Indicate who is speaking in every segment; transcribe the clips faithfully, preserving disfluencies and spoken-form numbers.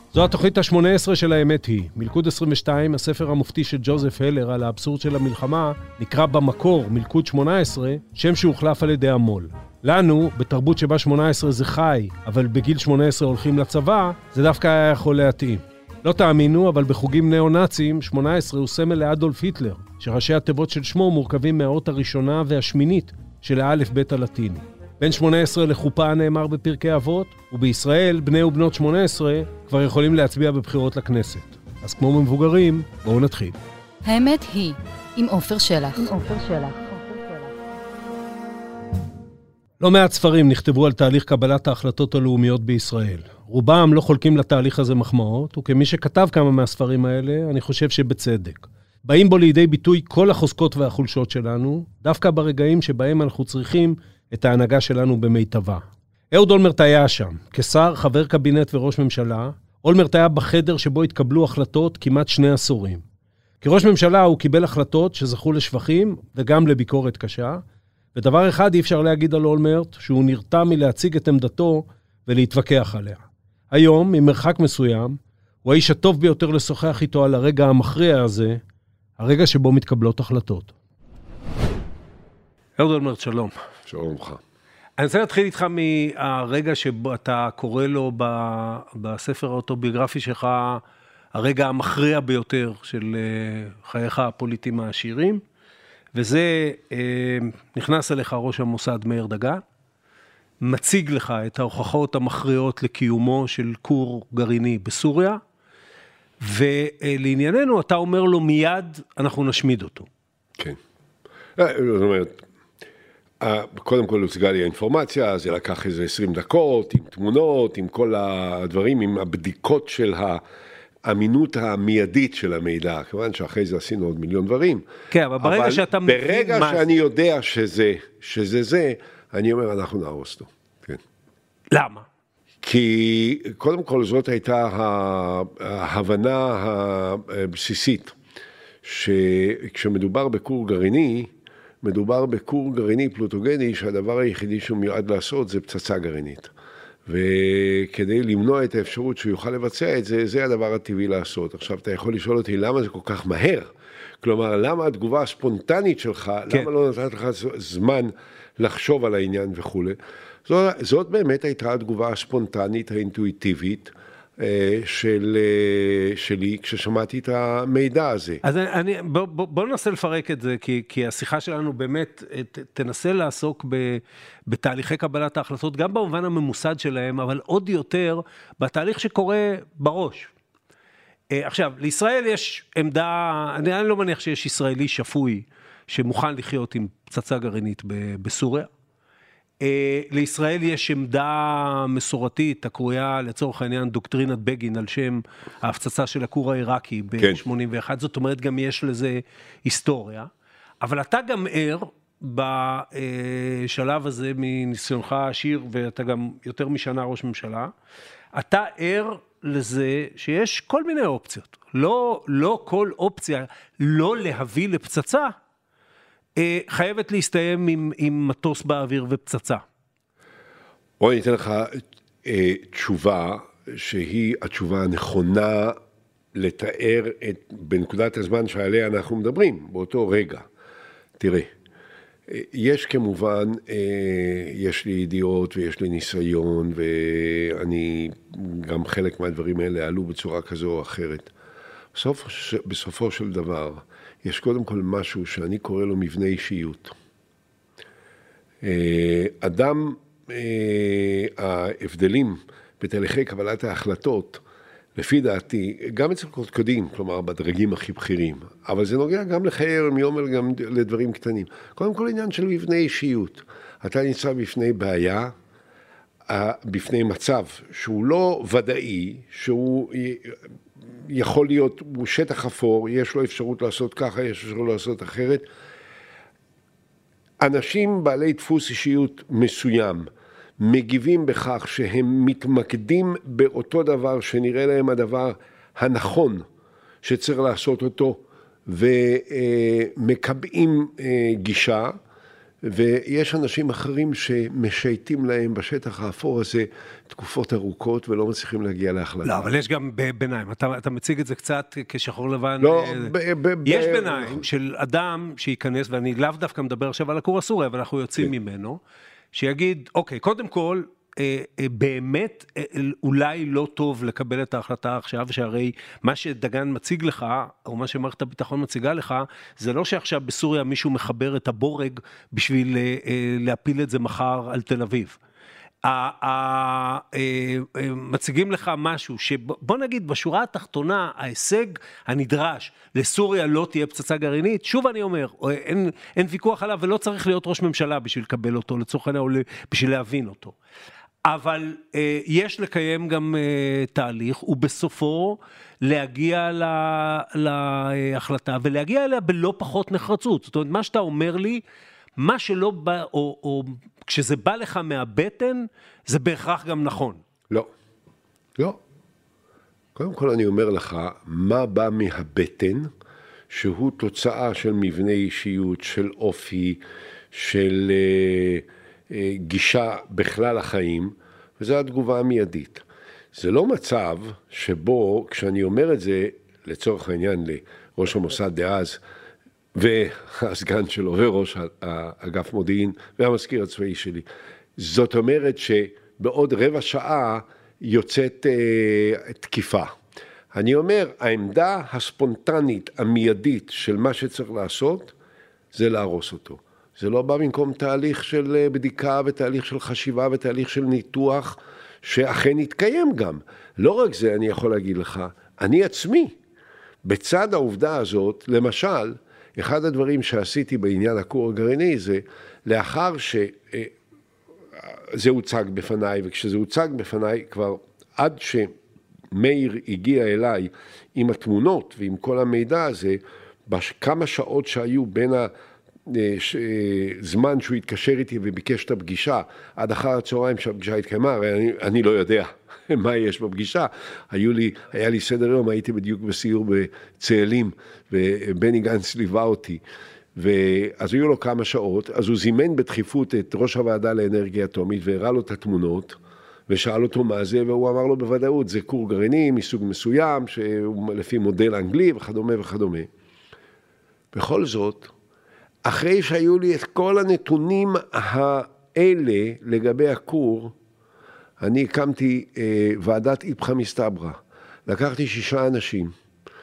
Speaker 1: זו התוכנית ה-שמונה עשרה של האמת היא. מלכוד עשרים ושתיים, הספר המופתי של ג'וזף הלר על האבסורד של המלחמה, נקרא במקור מלכוד שמונה עשרה, שם שהוחלף על ידי המול. לנו, בתרבות שבה שמונה עשרה זה חי, אבל בגיל שמונה עשרה הולכים לצבא, זה דווקא היה יכול להתאים. לא תאמינו, אבל בחוגים נאו-נאצים, שמונה עשרה הוא סמל לאדולף היטלר, שראשי התיבות של שמו מורכבים מהאות הראשונה והשמינית של האלף בית הלטיני. בין שמונה עשרה לחופה נאמר בפרקי אבות, ובישראל בני ובנות שמונה עשרה כבר יכולים להצביע בבחירות לכנסת. אז כמו מבוגרים, בואו נתחיל.
Speaker 2: האמת היא, עם עופר שלח.
Speaker 3: עם עופר שלח.
Speaker 1: לא מעט ספרים נכתבו על תהליך קבלת ההחלטות הלאומיות בישראל. רובם לא חולקים לתהליך הזה מחמאות, וכמי שכתב כמה מהספרים האלה, אני חושב שבצדק. באים בו לידי ביטוי כל החוזקות והחולשות שלנו, דווקא ברגעים שבהם אנחנו צריכים את ההנהגה שלנו במיטבה. אהוד אולמרט היה שם, כשר, חבר קבינט וראש ממשלה. אולמרט היה בחדר שבו התקבלו החלטות כמעט שני עשורים. כראש ממשלה הוא קיבל החלטות שזכו לשבחים וגם לביקורת קשה, ודבר אחד אי אפשר להגיד על אולמרט, שהוא נרתע מלהציג את עמדתו ולהתווכח עליה. היום, ממרחק מסוים, הוא האיש הטוב ביותר לשוחח איתו על הרגע המכריע הזה, הרגע שבו מתקבלות החלטות. אהוד אולמרט, שלום.
Speaker 4: שלום לך.
Speaker 1: אני רוצה להתחיל איתך מהרגע שבו אתה קורא לו בספר האוטוביוגרפי שלך, הרגע המכריע ביותר של חייך הפוליטיים העשירים, וזה נכנס אליך ראש המוסד מאיר דגן, מציג לך את ההוכחות המכריעות לקיומו של כור גרעיני בסוריה, ולענייננו אתה אומר לו מיד אנחנו נשמיד אותו.
Speaker 4: כן. זאת אומרת, קודם כל הוצגה לי האינפורמציה, זה לקח איזה עשרים דקות, עם תמונות, עם כל הדברים, עם הבדיקות של האמינות המיידית של המידע, כמובן שאחרי זה עשינו עוד מיליון דברים.
Speaker 1: כן, אבל ברגע
Speaker 4: אבל
Speaker 1: שאתה
Speaker 4: מבין ברגע
Speaker 1: מה...
Speaker 4: שאני יודע שזה, שזה זה, אני אומר, אנחנו נהרוס אותו. כן.
Speaker 1: למה?
Speaker 4: כי קודם כל זאת הייתה ההבנה הבסיסית, שכשמדובר בכור גרעיני, מדובר בכור גרעיני פלוטוגני, שהדבר היחידי שהוא מיועד לעשות זה פצצה גרעינית. וכדי למנוע את האפשרות שהוא יוכל לבצע את זה, זה הדבר הטבעי לעשות. עכשיו, אתה יכול לשאול אותי למה זה כל כך מהר? כלומר, למה התגובה הספונטנית שלך, כן. למה לא נתת לך זמן לחשוב על העניין וכו'. זאת, זאת באמת הייתה התגובה הספונטנית, האינטואיטיבית, של, שלי, כששמעתי את המידע הזה.
Speaker 1: אז אני, בוא, בוא, בוא ננסה לפרק את זה, כי, כי השיחה שלנו באמת, ת, תנסה לעסוק ב, בתהליכי קבלת ההחלטות, גם במובן הממוסד שלהם, אבל עוד יותר בתהליך שקורה בראש. עכשיו, לישראל יש עמדה, אני, אני לא מניח שיש ישראלי שפוי, שמוכן לחיות עם פצצה גרעינית בסוריה. לישראל יש עמדה מסורתית, הקרויה לצורך העניין דוקטרינת בגין, על שם ההפצצה של הכור העיראקי ב-שמונים ואחת, זאת אומרת גם יש לזה היסטוריה, אבל אתה גם ער בשלב הזה מניסיונך העשיר, ואתה גם יותר משנה ראש ממשלה, אתה ער לזה שיש כל מיני אופציות, לא, לא כל אופציה לא להביא לפצצה, חייבת להסתיים עם, עם מטוס באוויר ופצצה.
Speaker 4: בוא אני אתן לך אה, תשובה שהיא התשובה הנכונה לתאר את, בנקודת הזמן שעליה אנחנו מדברים, באותו רגע. תראה, יש כמובן, אה, יש לי ידיעות ויש לי ניסיון, ואני גם חלק מהדברים האלה עלו בצורה כזו או אחרת. בסוף, בסופו של דבר, יש קודם כל משהו שאני קורא לו מבנה אישיות. אדם, ההבדלים בתהליכי קבלת ההחלטות, לפי דעתי, גם אצל קודקודים, כלומר בדרגים הכי בכירים, אבל זה נוגע גם לחיי יום וגם לדברים קטנים. קודם כל עניין של מבנה אישיות. אתה נמצא בפני בעיה, בפני מצב שהוא לא ודאי, שהוא יכול להיות, הוא שטח אפור, יש לו אפשרות לעשות ככה, יש אפשרות לעשות אחרת. אנשים בעלי דפוס אישיות מסוים, מגיבים בכך שהם מתמקדים באותו דבר שנראה להם הדבר הנכון שצריך לעשות אותו, ומקבעים גישה, ויש אנשים אחרים שמשייטים להם בשטח האפור הזה תקופות ארוכות ולא מצליחים להגיע להחלטה.
Speaker 1: לא, אבל יש גם ביניים. אתה, אתה מציג את זה קצת כשחור לבן.
Speaker 4: לא, ב- ב-
Speaker 1: יש
Speaker 4: ב-
Speaker 1: ביניים של אדם שייכנס, ואני לאו דווקא מדבר עכשיו על הכור הסורי, אבל אנחנו יוצאים ממנו, שיגיד, אוקיי, קודם כל, באמת אולי לא טוב לקבל את ההחלטה עכשיו, שהרי מה שדגן מציג לך, או מה שמערכת הביטחון מציגה לך, זה לא שעכשיו בסוריה מישהו מחבר את הבורג בשביל להפיל את זה מחר על תל אביב. מציגים לך משהו שבוא נגיד בשורה התחתונה ההישג הנדרש לסוריה לא תהיה פצצה גרעינית, שוב אני אומר, אין, אין ויכוח עליו ולא צריך להיות ראש ממשלה בשביל לקבל אותו לצורך העניין או בשביל להבין אותו. אבל אה, יש לקיים גם אה, תהליך, ובסופו להגיע לה, להחלטה, ולהגיע אליה בלא פחות נחרצות. זאת אומרת, מה שאתה אומר לי, מה שלא בא, או, או כשזה בא לך מהבטן, זה בהכרח גם נכון.
Speaker 4: לא, לא. קודם כל אני אומר לך, מה בא מהבטן, שהוא תוצאה של מבנה אישיות, של אופי, של... אה, גישה בכלל החיים, וזו התגובה המיידית. זה לא מצב שבו, כשאני אומר את זה, לצורך העניין לראש המוסד דאז, והסגן שלו, וראש האגף מודיעין, והמזכיר הצבאי שלי, זאת אומרת שבעוד רבע שעה יוצאת אה, תקיפה. אני אומר, העמדה הספונטנית, המיידית של מה שצריך לעשות, זה להרוס אותו. זה לא בא במקום תהליך של בדיקה ותהליך של חשיבה ותהליך של ניתוח שאכן יתקיים גם. לא רק זה אני יכול להגיד לך, אני עצמי, בצד העובדה הזאת, למשל, אחד הדברים שעשיתי בעניין הכור הגרעיני זה, לאחר שזה הוצג בפניי, וכשזה הוצג בפניי כבר עד שמאיר הגיע אליי עם התמונות ועם כל המידע הזה, בכמה שעות שהיו בין ה... זמן שהוא התקשר איתי וביקש את הפגישה, עד אחר הצהריים שהפגישה התקיימה, הרי אני, אני לא יודע מה יש בפגישה, היו לי, היה לי סדר יום, הייתי בדיוק בסיור בצאלים, ובני גנץ ליווה אותי, ואז היו לו כמה שעות, אז הוא זימן בדחיפות את ראש הוועדה לאנרגיה אטומית, והראה לו את התמונות, ושאל אותו מה זה, והוא אמר לו בוודאות, זה כור גרעיני מסוג מסוים, שהוא לפי מודל אנגלי וכדומה וכדומה. בכל זאת, אחרי שהיו לי את כל הנתונים האלה לגבי הכור, אני הקמתי אה, ועדת איפכא מסתברא. לקחתי שישה אנשים,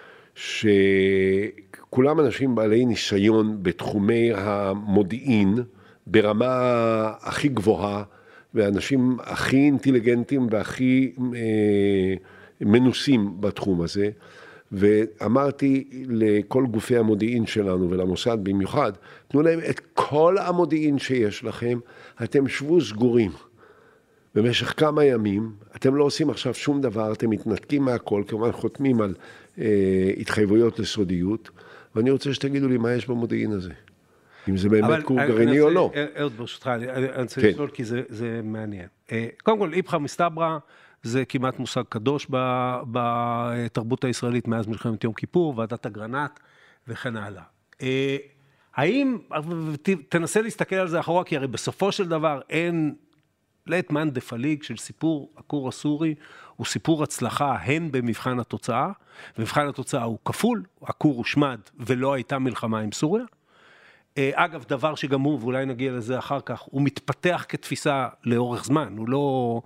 Speaker 4: שכולם אנשים בעלי ניסיון בתחומי המודיעין, ברמה הכי גבוהה, ואנשים הכי אינטליגנטים והכי אה, מנוסים בתחום הזה, ואמרתי לכל גופי המודיעין שלנו ולמוסד במיוחד, תנו להם את כל המודיעין שיש לכם, אתם שבו סגורים. במשך כמה ימים, אתם לא עושים עכשיו שום דבר, אתם מתנתקים מהכל, כמובן חותמים על אה, התחייבויות לסודיות, ואני רוצה שתגידו לי מה יש במודיעין הזה. אם זה באמת כור גרעיני או לא.
Speaker 1: אהוד ברשותך, אני רוצה לשאול כי זה מעניין. קודם כל, איפכא מסתברא, זה כמעט מושג קדוש בתרבות הישראלית מאז מלחמת יום כיפור, ועדת אגרנט וכן הלאה. האם, תנסה להסתכל על זה אחורה, כי הרי בסופו של דבר אין לית מאן דפליג של סיפור הכור הסורי, הוא סיפור הצלחה הן במבחן התוצאה, ומבחן התוצאה הוא כפול, הכור הושמד ולא הייתה מלחמה עם סוריה. אגב, דבר שגם הוא, ואולי נגיע לזה אחר כך, הוא מתפתח כתפיסה לאורך זמן, הוא לא,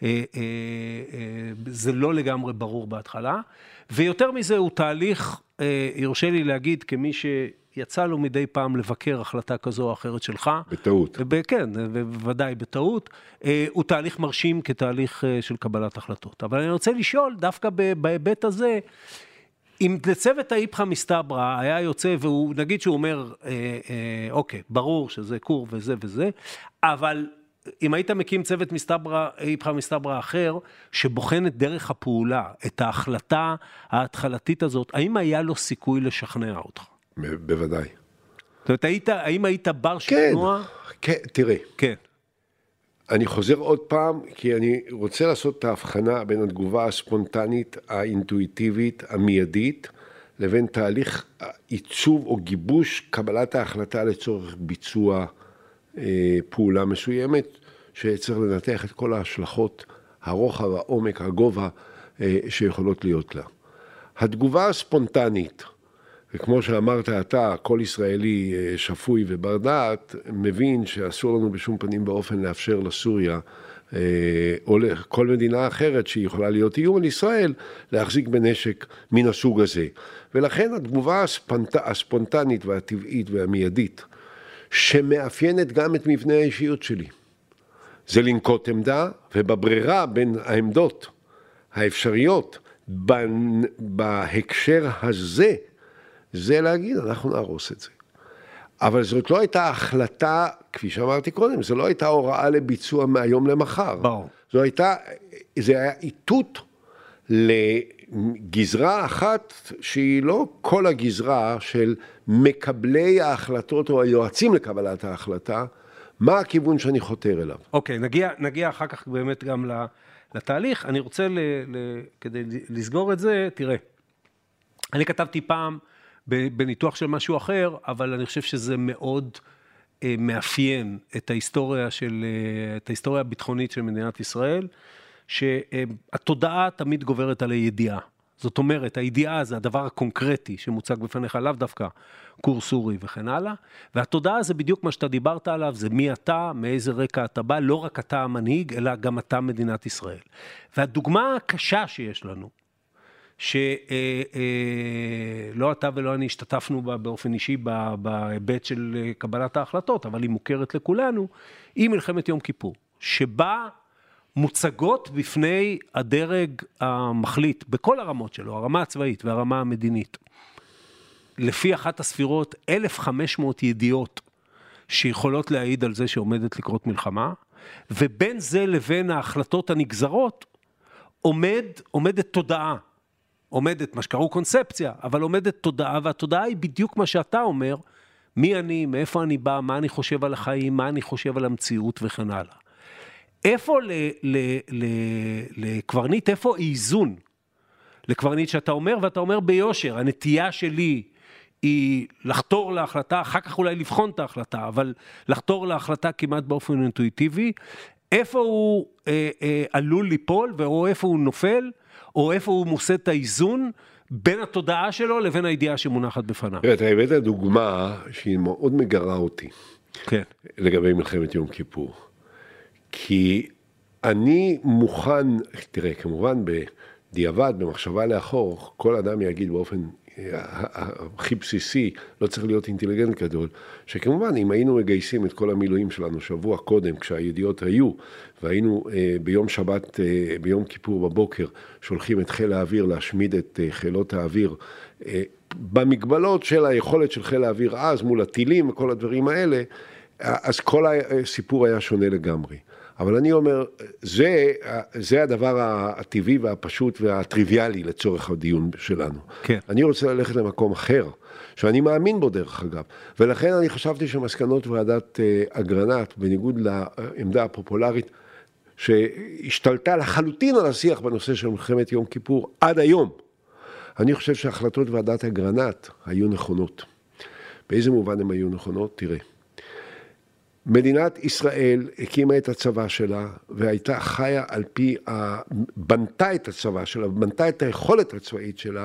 Speaker 1: זה לא לגמרי ברור בהתחלה, ויותר מזה הוא תהליך, יורשה לי להגיד, כמי שיצא לו מדי פעם לבקר החלטה כזו או אחרת שלך.
Speaker 4: בטעות.
Speaker 1: כן, בוודאי בטעות, הוא תהליך מרשים כתהליך של קבלת החלטות. אבל אני רוצה לשאול, דווקא בהיבט הזה, אם לצוות האיפכא מסתברא היה יוצא, והוא נגיד שהוא אומר, אה, אה, אוקיי, ברור שזה כור וזה וזה, אבל אם היית מקים צוות מסתברא, איפכא מסתברא אחר, שבוחן את דרך הפעולה, את ההחלטה ההתחלתית הזאת, האם היה לו סיכוי לשכנע אותך?
Speaker 4: בוודאי.
Speaker 1: זאת אומרת, היית, האם היית בר שכנוע?
Speaker 4: כן, כן, תראה.
Speaker 1: כן.
Speaker 4: אני חוזר עוד פעם, כי אני רוצה לעשות את ההבחנה בין התגובה הספונטנית, האינטואיטיבית, המיידית, לבין תהליך עיצוב או גיבוש קבלת ההחלטה לצורך ביצוע פעולה מסוימת, שצריך לנתח את כל ההשלכות, הרוחב, העומק, הגובה, שיכולות להיות לה. התגובה הספונטנית, וכמו שאמרת אתה, כל ישראלי שפוי ובר דעת, מבין שאסור לנו בשום פנים באופן לאפשר לסוריה, או לכל מדינה אחרת שהיא יכולה להיות איום על ישראל, להחזיק בנשק מן הסוג הזה. ולכן התגובה הספונט... הספונטנית והטבעית והמיידית, שמאפיינת גם את מבנה האישיות שלי, זה לנקוט עמדה, ובברירה בין העמדות האפשריות, בהקשר הזה, זה להגיד, אנחנו נהרוס את זה. אבל זאת לא הייתה החלטה, כפי שאמרתי קודם, זו לא הייתה הוראה לביצוע מהיום למחר.
Speaker 1: ברור.
Speaker 4: זו הייתה, זה היה איתות לגזרה אחת, שהיא לא כל הגזרה של מקבלי ההחלטות, או היועצים לקבלת ההחלטה, מה הכיוון שאני חותר אליו.
Speaker 1: אוקיי, נגיע, נגיע אחר כך באמת גם לתהליך. אני רוצה, ל, ל, כדי לסגור את זה, תראה, אני כתבתי פעם, בניתוח של משהו אחר, אבל אני חושב שזה מאוד אה, מאפיין את ההיסטוריה של, אה, את ההיסטוריה הביטחונית של מדינת ישראל, שהתודעה אה, תמיד גוברת על הידיעה. זאת אומרת, הידיעה זה הדבר הקונקרטי שמוצג בפניך, לאו דווקא קורס סורי וכן הלאה, והתודעה זה בדיוק מה שאתה דיברת עליו, זה מי אתה, מאיזה רקע אתה בא, לא רק אתה המנהיג, אלא גם אתה מדינת ישראל. והדוגמה הקשה שיש לנו, שלא אתה ולא אני השתתפנו בה באופן אישי בהיבט של קבלת ההחלטות, אבל היא מוכרת לכולנו, היא מלחמת יום כיפור, שבה מוצגות בפני הדרג המחליט, בכל הרמות שלו, הרמה הצבאית והרמה המדינית, לפי אחת הספירות, אלף וחמש מאות ידיעות שיכולות להעיד על זה שעומדת לקרות מלחמה, ובין זה לבין ההחלטות הנגזרות, עומד, עומדת תודעה, עומדת, מה שקראו קונספציה, אבל עומדת תודעה, והתודעה היא בדיוק מה שאתה אומר, מי אני, מאיפה אני בא, מה אני חושב על החיים, מה אני חושב על המציאות וכן הלאה. איפה ל, ל, ל, לקברנית, איפה איזון? לקברנית שאתה אומר, ואתה אומר ביושר, הנטייה שלי היא לחתור להחלטה, אחר כך אולי לבחון את ההחלטה, אבל לחתור להחלטה כמעט באופן אינטואיטיבי, איפה הוא אה, אה, עלול ליפול, או איפה הוא נופל, או איפה הוא מוסד את האיזון בין התודעה שלו לבין הידיעה שמונחת בפניו.
Speaker 4: אתה הבאת דוגמה שהיא מאוד מגרה אותי,
Speaker 1: כן.
Speaker 4: לגבי מלחמת יום כיפור. כי אני מוכן, תראה, כמובן בדיעבד, במחשבה לאחור, כל אדם יגיד באופן הכי בסיסי, לא צריך להיות אינטליגנט גדול, שכמובן אם היינו מגייסים את כל המילואים שלנו שבוע קודם, כשהידיעות היו, והיינו ביום שבת, ביום כיפור בבוקר, שולחים את חיל האוויר להשמיד את חילות האוויר, במגבלות של היכולת של חיל האוויר אז, מול הטילים וכל הדברים האלה, אז כל הסיפור היה שונה לגמרי. אבל אני אומר, זה, זה הדבר הטבעי והפשוט והטריוויאלי לצורך הדיון שלנו.
Speaker 1: כן.
Speaker 4: אני רוצה ללכת למקום אחר, שאני מאמין בו דרך אגב. ולכן אני חשבתי שמסקנות ועדת אגרנט, בניגוד לעמדה הפופולרית, שהשתלטה לחלוטין על השיח בנושא של מלחמת יום כיפור עד היום, אני חושב שהחלטות ועדת אגרנט היו נכונות. באיזה מובן הן היו נכונות? תראה. מדינת ישראל הקימה את הצבא שלה, והייתה חיה על פי, בנתה את הצבא שלה, בנתה את היכולת הצבאית שלה,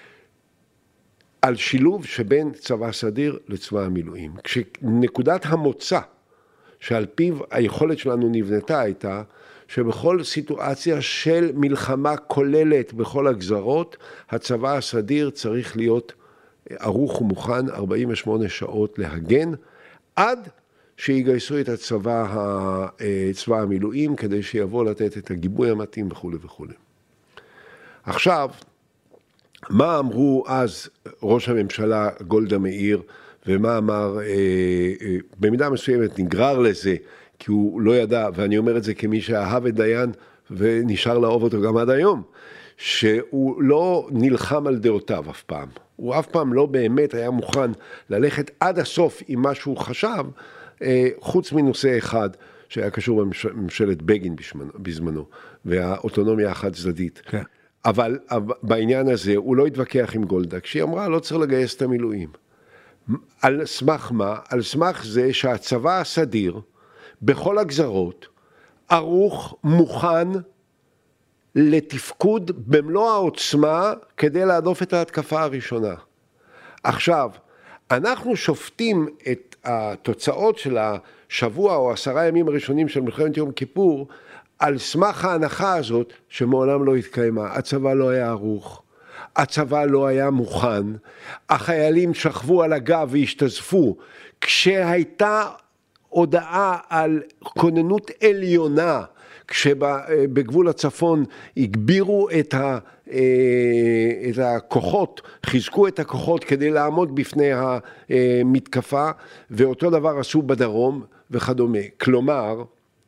Speaker 4: על שילוב שבין צבא סדיר לצבא המילואים. כשנקודת המוצא, שעל פיו היכולת שלנו נבנתה הייתה, שבכל סיטואציה של מלחמה כוללת בכל הגזרות, הצבא הסדיר צריך להיות ערוך ומוכן ארבעים ושמונה שעות להגן, עד שיגייסו את הצבא, צבא המילואים, כדי שיבוא לתת את הגיבוי המתאים וכו' וכו'. עכשיו, מה אמרו אז ראש הממשלה גולדה מאיר, ומה אמר, במידה מסוימת נגרר לזה, כי הוא לא ידע, ואני אומר את זה כמי שאהב את דיין, ונשאר לאהוב אותו גם עד היום, שהוא לא נלחם על דעותיו אף פעם. הוא אף פעם לא באמת היה מוכן ללכת עד הסוף עם מה שהוא חשב, חוץ מנושא אחד שהיה קשור בממשלת בגין בזמנו, והאוטונומיה החד צדדית. כן. אבל בעניין הזה הוא לא התווכח עם גולדה, כשהיא אמרה לא צריך לגייס את המילואים. על סמך מה? על סמך זה שהצבא הסדיר, בכל הגזרות, ערוך, מוכן, לתפקוד במלוא העוצמה, כדי להדוף את ההתקפה הראשונה. עכשיו, אנחנו שופטים את התוצאות של השבוע או עשרה ימים הראשונים של מלחמת יום כיפור, על סמך ההנחה הזאת שמעולם לא התקיימה. הצבא לא היה ערוך, הצבא לא היה מוכן, החיילים שכבו על הגב והשתזפו, כשהייתה הודעה על כוננות עליונה, כשבגבול הצפון הגבירו את, ה, את הכוחות, חיזקו את הכוחות כדי לעמוד בפני המתקפה, ואותו דבר עשו בדרום וכדומה. כלומר,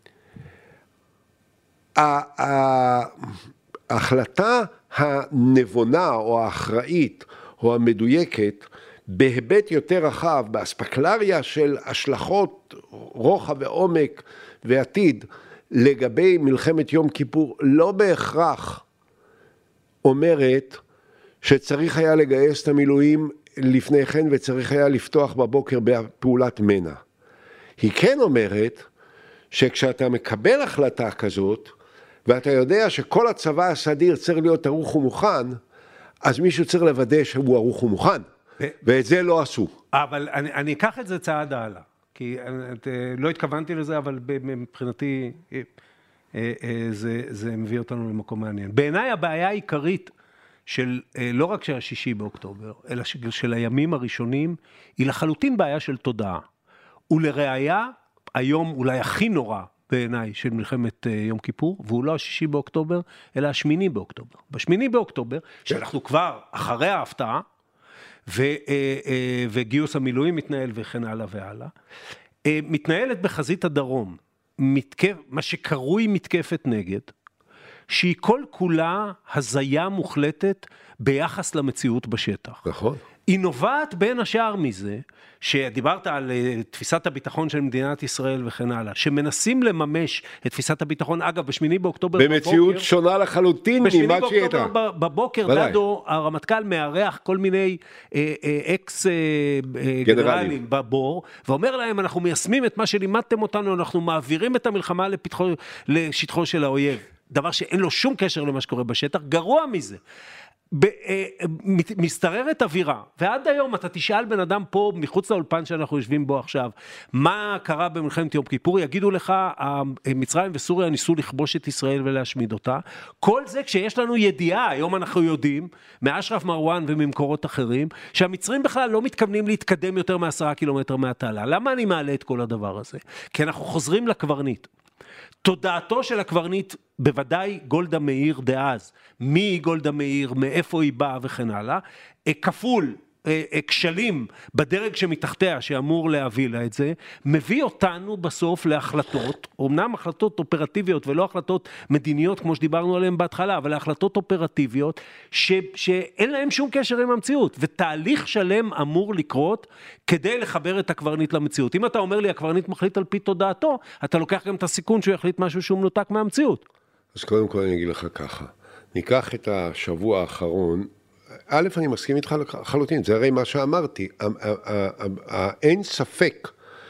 Speaker 4: ההחלטה הנבונה או האחראית או המדויקת, בהיבט יותר רחב, באספקלריה של השלכות רוחב ועומק ועתיד, לגבי מלחמת יום כיפור, לא בהכרח אומרת שצריך היה לגייס את המילואים לפני כן וצריך היה לפתוח בבוקר בפעולת מנע. היא כן אומרת שכשאתה מקבל החלטה כזאת, ואתה יודע שכל הצבא הסדיר צריך להיות ערוך ומוכן, אז מישהו צריך לוודא שהוא ערוך ומוכן, ואת זה לא עשו.
Speaker 1: אבל אני, אני אקח את זה צעד הלאה. כי לא התכוונתי לזה, אבל מבחינתי זה, זה מביא אותנו למקום מעניין. בעיניי הבעיה העיקרית של, לא רק של השישי באוקטובר, אלא של הימים הראשונים, היא לחלוטין בעיה של תודעה. ולראיה, היום אולי הכי נורא בעיניי של מלחמת יום כיפור, והוא לא השישי באוקטובר, אלא השמיני באוקטובר. בשמיני באוקטובר, שאנחנו כבר אחרי ההפתעה, ו, וגיוס המילואים מתנהל וכן הלאה והלאה, מתנהלת בחזית הדרום, מתקף, מה שקרוי מתקפת נגד, שהיא כל כולה הזיה מוחלטת ביחס למציאות בשטח.
Speaker 4: נכון.
Speaker 1: היא נובעת בין השאר מזה, שדיברת על תפיסת הביטחון של מדינת ישראל וכן הלאה, שמנסים לממש את תפיסת הביטחון, אגב, בשמיני באוקטובר
Speaker 4: במציאות
Speaker 1: בבוקר,
Speaker 4: שונה לחלוטין ממה שהיא הייתה.
Speaker 1: בשמיני באוקטובר בבוקר, ודאי. דדו, הרמטכ"ל מארח כל מיני אה, אה, אקס אה, גנרלים בבור, ואומר להם, אנחנו מיישמים את מה שלימדתם אותנו, אנחנו מעבירים את המלחמה לפתחו, לשטחו של האויב. דבר שאין לו שום קשר למה שקורה בשטח, גרוע מזה. מסתררת אווירה, ועד היום אתה תשאל בן אדם פה מחוץ לאולפן שאנחנו יושבים בו עכשיו, מה קרה במלחמת יום כיפור, יגידו לך, מצרים וסוריה ניסו לכבוש את ישראל ולהשמיד אותה, כל זה כשיש לנו ידיעה, היום אנחנו יודעים, מאשרף מרואן וממקורות אחרים, שהמצרים בכלל לא מתכוונים להתקדם יותר מעשרה קילומטר מהתעלה. למה אני מעלה את כל הדבר הזה? כי אנחנו חוזרים לקברניט. תודעתו של הקברניט, בוודאי גולדה מאיר דאז, מי היא גולדה מאיר, מאיפה היא באה וכן הלאה, כפול כשלים בדרג שמתחתיה שאמור להביא לה את זה, מביא אותנו בסוף להחלטות, אמנם החלטות אופרטיביות ולא החלטות מדיניות כמו שדיברנו עליהן בהתחלה, אבל להחלטות אופרטיביות ש, שאין להם שום קשר עם המציאות, ותהליך שלם אמור לקרות כדי לחבר את הקברניט למציאות. אם אתה אומר לי הקברניט מחליט על פי תודעתו, אתה לוקח גם את הסיכון שהוא יחליט משהו שהוא מנותק מהמציאות.
Speaker 4: אז קודם כל אני אגיד לך ככה, ניקח את השבוע האחרון, א', אני מסכים איתך לחלוטין, זה הרי מה שאמרתי, אין ספק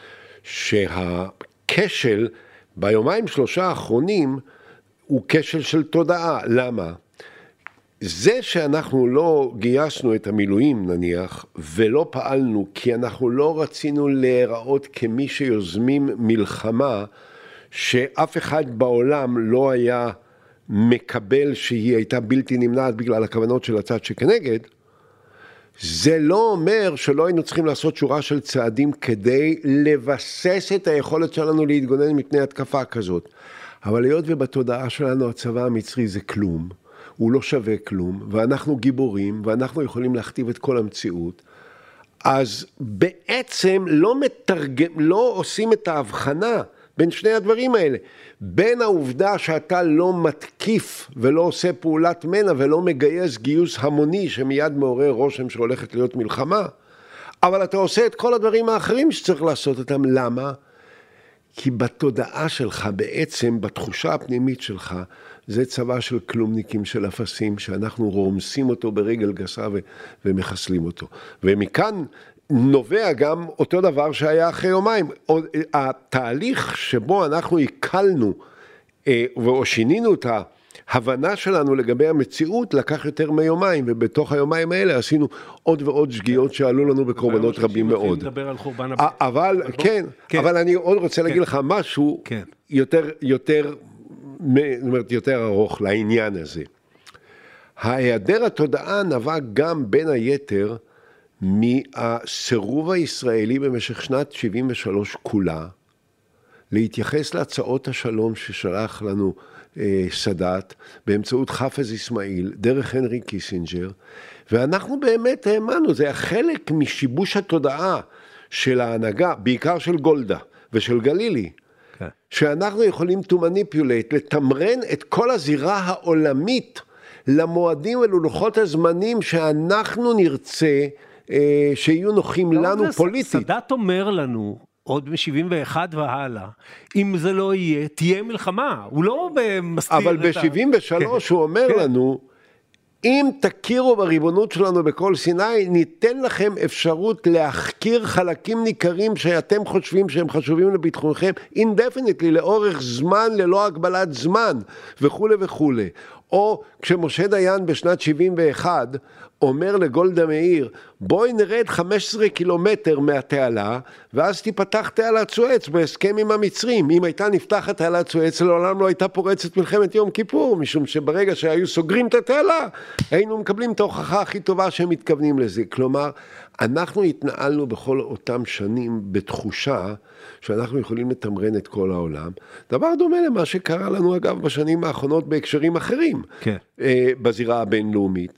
Speaker 4: שהכשל ביומיים שלושה האחרונים הוא כשל של תודעה. למה? זה שאנחנו לא גייסנו את המילואים נניח, ולא פעלנו כי אנחנו לא רצינו להיראות כמי שיוזמים מלחמה, שאף אחד בעולם לא היה מקבל שהיא הייתה בלתי נמנעת בגלל הכוונות של הצד שכנגד, זה לא אומר שלא היינו צריכים לעשות שורה של צעדים כדי לבסס את היכולת שלנו להתגונן מפני התקפה כזאת. אבל היות ובתודעה שלנו הצבא המצרי זה כלום, הוא לא שווה כלום, ואנחנו גיבורים, ואנחנו יכולים להכתיב את כל המציאות, אז בעצם לא מתרגם, לא עושים את ההבחנה בין שני הדברים האלה, בין העובדה שאתה לא מתקיף ולא עושה פעולת מנע ולא מגייס גיוס המוני שמיד מעורר רושם שהולכת להיות מלחמה, אבל אתה עושה את כל הדברים האחרים שצריך לעשות אותם. למה? כי בתודעה שלך בעצם, בתחושה הפנימית שלך, זה צבא של כלומניקים של אפסים, שאנחנו רומסים אותו ברגל גסה ו- ומחסלים אותו. ומכאן נובע גם אותו דבר שהיה אחרי יומיים. התהליך שבו אנחנו הקלנו, או שינינו את ההבנה שלנו לגבי המציאות, לקח יותר מיומיים, ובתוך היומיים האלה עשינו עוד ועוד שגיאות שעלו לנו בקורבנות רבים מאוד. אבל, כן, אבל אני עוד רוצה להגיד לך משהו יותר, יותר, יותר ארוך לעניין הזה. ההיעדר התודעה נבע גם בין היתר מהסירוב הישראלי במשך שנת שבעים ושלוש כולה, להתייחס להצעות השלום ששלח לנו אה, סאדאת, באמצעות חפז איסמעיל, דרך הנרי קיסינג'ר, ואנחנו באמת האמנו, זה היה חלק משיבוש התודעה של ההנהגה, בעיקר של גולדה ושל גלילי, okay. שאנחנו יכולים to manipulate, לתמרן את כל הזירה העולמית, למועדים וללוחות הזמנים שאנחנו נרצה, אה, שיהיו נוחים לנו פוליטית.
Speaker 1: סאדאת אומר לנו, עוד מ-שבעים ואחת והלאה, אם זה לא יהיה, תהיה מלחמה. הוא לא מסתיר את ה...
Speaker 4: אבל ב-שבעים ושלוש כן. הוא אומר כן. לנו, אם תכירו בריבונות שלנו בכל סיני, ניתן לכם אפשרות להחכיר חלקים ניכרים שאתם חושבים שהם חשובים לביטחונכם, indefinitely, לאורך זמן, ללא הגבלת זמן, וכו' וכו'. או כשמשה דיין בשנת שבעים ואחת אומר לגולדה מאיר, בואי נרד חמישה עשר קילומטר מהתעלה, ואז תיפתח תעלת סואץ בהסכם עם המצרים. אם הייתה נפתחת תעלת סואץ, לעולם לא הייתה פורצת מלחמת יום כיפור, משום שברגע שהיו סוגרים את התעלה, היינו מקבלים את ההוכחה הכי טובה שהם מתכוונים לזה. כלומר, אנחנו התנהלנו בכל אותם שנים בתחושה שאנחנו יכולים לתמרן את כל העולם. דבר דומה למה שקרה לנו אגב בשנים האחרונות בהקשרים אחרים, כן. בזירה הבינלאומית.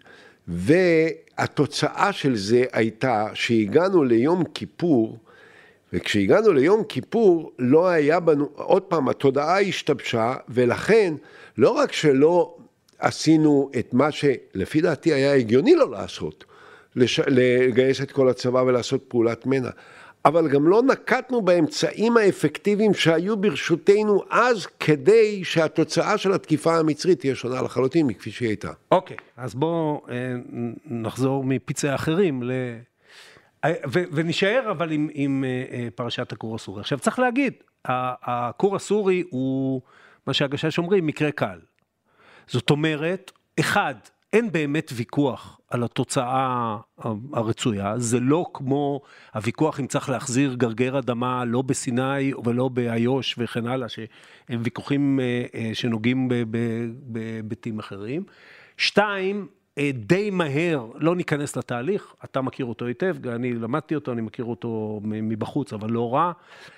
Speaker 4: והתוצאה של זה הייתה שהגענו ליום כיפור, וכשהגענו ליום כיפור לא היה בנו, עוד פעם, התודעה השתבשה, ולכן לא רק שלא עשינו את מה שלפי דעתי היה הגיוני לא לעשות, לש... לגייס את כל הצבא ולעשות פעולת מנע, אבל גם לא נקטנו באמצעים האפקטיביים שהיו ברשותנו אז, כדי שהתוצאה של התקיפה המצרית תהיה שונה לחלוטין מכפי שהיא הייתה.
Speaker 1: אוקיי, אז בואו נחזור מפיצי אחרים, ל... ו... ונשאר אבל עם, עם פרשת הכור הסורי. עכשיו צריך להגיד, הכור הסורי הוא, מה שהגשש אומרים, מקרה קל. זאת אומרת, אחד, אין באמת ויכוח על התוצאה הרצויה, זה לא כמו הוויכוח אם צריך להחזיר גרגר אדמה, לא בסיני ולא באיו"ש וכן הלאה, שהם ויכוחים שנוגעים בביתים אחרים. שתיים, די מהר, לא ניכנס לתהליך, אתה מכיר אותו היטב, אני למדתי אותו, אני מכיר אותו מבחוץ, אבל לא רע,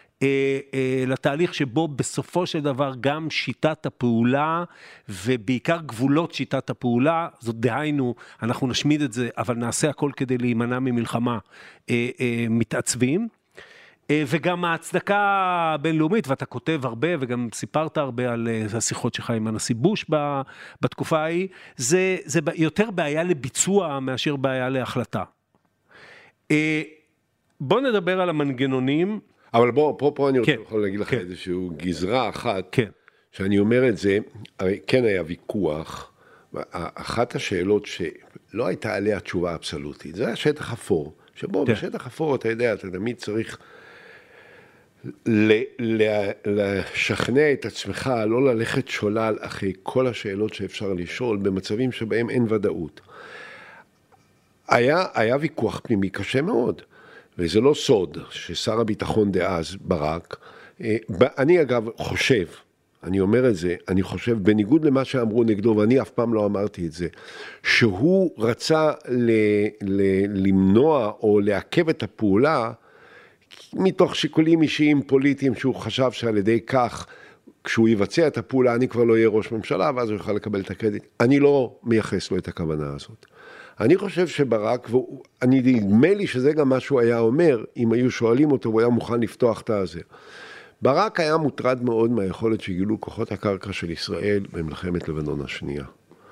Speaker 1: לתהליך שבו בסופו של דבר גם שיטת הפעולה ובעיקר גבולות שיטת הפעולה, זאת דהיינו, אנחנו נשמיד את זה, אבל נעשה הכל כדי להימנע ממלחמה, מתעצבים, וגם ההצדקה הבינלאומית, ואתה כותב הרבה וגם סיפרת הרבה על השיחות שלך עם הנשיא בוש בתקופה ההיא, זה, זה יותר בעיה לביצוע מאשר בעיה להחלטה. בוא נדבר על המנגנונים,
Speaker 4: אבל בוא, פה, פה אני רוצה יכול להגיד לך איזשהו גזרה אחת, שאני אומר את זה, הרי כן היה ויכוח, אחת השאלות שלא הייתה עליה תשובה אבסולוטית, זה היה שטח אפור, שבו בשטח אפור אתה יודע, אתה תמיד צריך לשכנע את עצמך, לא ללכת שולל אחרי כל השאלות שאפשר לשאול, במצבים שבהם אין ודאות. היה, היה ויכוח פנימי קשה מאוד, וזה לא סוד ששר הביטחון דאז, ברק, אני אגב חושב, אני אומר את זה, אני חושב, בניגוד למה שאמרו נגדו, ואני אף פעם לא אמרתי את זה, שהוא רצה ל, ל, למנוע או לעכב את הפעולה, מתוך שיקולים אישיים פוליטיים, שהוא חשב שעל ידי כך, כשהוא יבצע את הפעולה, אני כבר לא אהיה ראש ממשלה, ואז הוא יוכל לקבל את הקרדיט. אני לא מייחס לו את הכוונה הזאת. אני חושב שברק, ואני נדמה לי שזה גם מה שהוא היה אומר, אם היו שואלים אותו, הוא היה מוכן לפתוח את הזה. ברק היה מוטרד מאוד מהיכולת שגילו כוחות הקרקע של ישראל במלחמת לבנון השנייה.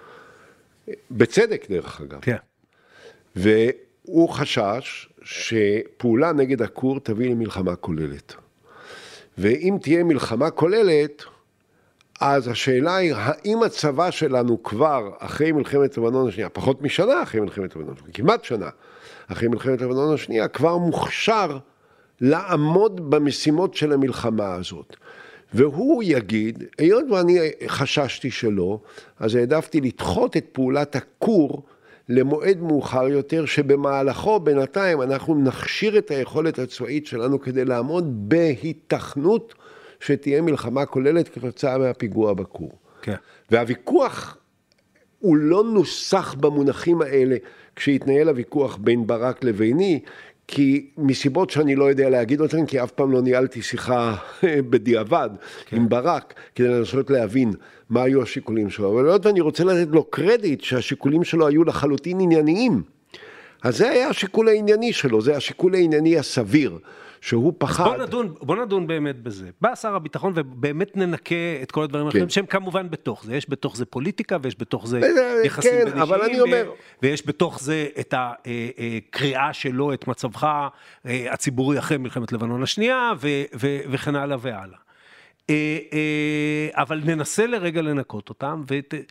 Speaker 4: בצדק דרך אגב. כן. והוא חשש שפעולה נגד הכור תביא למלחמה כוללת. ואם תהיה מלחמה כוללת, אז השאלה היא, האם הצבא שלנו כבר אחרי מלחמת לבנון השנייה, פחות משנה אחרי מלחמת לבנון השנייה, כמעט שנה אחרי מלחמת לבנון השנייה, כבר מוכשר לעמוד במשימות של המלחמה הזאת. והוא יגיד, היות ואני חששתי שלא, אז העדפתי לדחות את פעולת הכור למועד מאוחר יותר, שבמהלכו בינתיים אנחנו נכשיר את היכולת הצבאית שלנו כדי לעמוד בהיתכנות שתהיה מלחמה כוללת כתוצאה מהפיגוע בכור. כן. והוויכוח הוא לא נוסח במונחים האלה כשהתנהל הוויכוח בין ברק לביני, כי מסיבות שאני לא יודע להגיד אותן, כי אף פעם לא ניהלתי שיחה בדיעבד כן. עם ברק, כדי לנסות להבין מה היו השיקולים שלו. אבל עוד אני רוצה לתת לו קרדיט שהשיקולים שלו היו לחלוטין ענייניים. אז זה היה השיקול הענייני שלו, זה השיקול הענייני הסביר, שהוא פחד.
Speaker 1: בוא נדון, בוא נדון באמת בזה. בא שר הביטחון ובאמת ננקה את כל הדברים האחרים, כן. שהם כמובן בתוך זה. יש בתוך זה פוליטיקה, ויש בתוך זה יחסים
Speaker 4: כן, בין אבל אני אומר...
Speaker 1: ויש בתוך זה את הקריאה שלו, את מצבך הציבורי אחרי מלחמת לבנון השנייה, וכן הלאה והלאה. אבל ננסה לרגע לנקות אותם,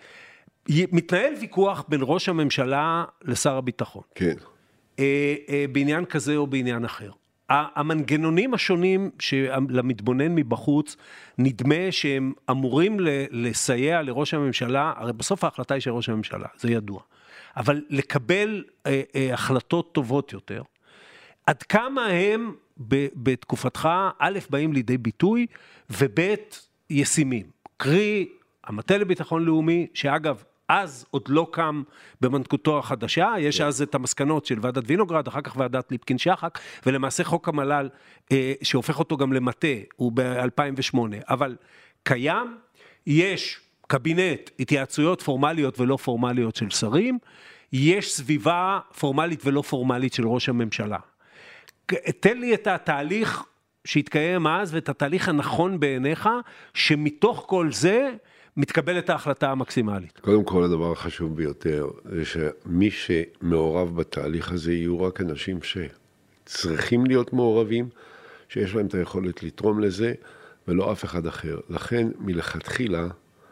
Speaker 1: ומתנהל ויכוח בין ראש הממשלה לשר הביטחון.
Speaker 4: כן.
Speaker 1: בעניין כזה או בעניין אחר. המנגנונים השונים שלמתבונן מבחוץ, נדמה שהם אמורים לסייע לראש הממשלה, הרי בסוף ההחלטה היא של ראש הממשלה, זה ידוע. אבל לקבל אה, אה, החלטות טובות יותר, עד כמה הם בתקופתך, א', באים לידי ביטוי, וב', ישימים. קרי, המטה לביטחון לאומי, שאגב, אז עוד לא קם במנכותו החדשה, יש אז את המסקנות של ועדת וינוגרד, אחר כך ועדת ליפקין שחק, ולמעשה חוק המל"ל, אה, שהופך אותו גם למטה, הוא ב-אלפיים ושמונה, אבל קיים, יש קבינט, התייעצויות פורמליות ולא פורמליות של שרים, יש סביבה פורמלית ולא פורמלית של ראש הממשלה. תן לי את התהליך שהתקיים אז, ואת התהליך הנכון בעיניך, שמתוך כל זה, מתקבלת ההחלטה המקסימלית.
Speaker 4: קודם כל, הדבר החשוב ביותר, זה שמי שמעורב בתהליך הזה, יהיו רק אנשים שצריכים להיות מעורבים, שיש להם את היכולת לתרום לזה, ולא אף אחד אחר. לכן, מלכתחילה,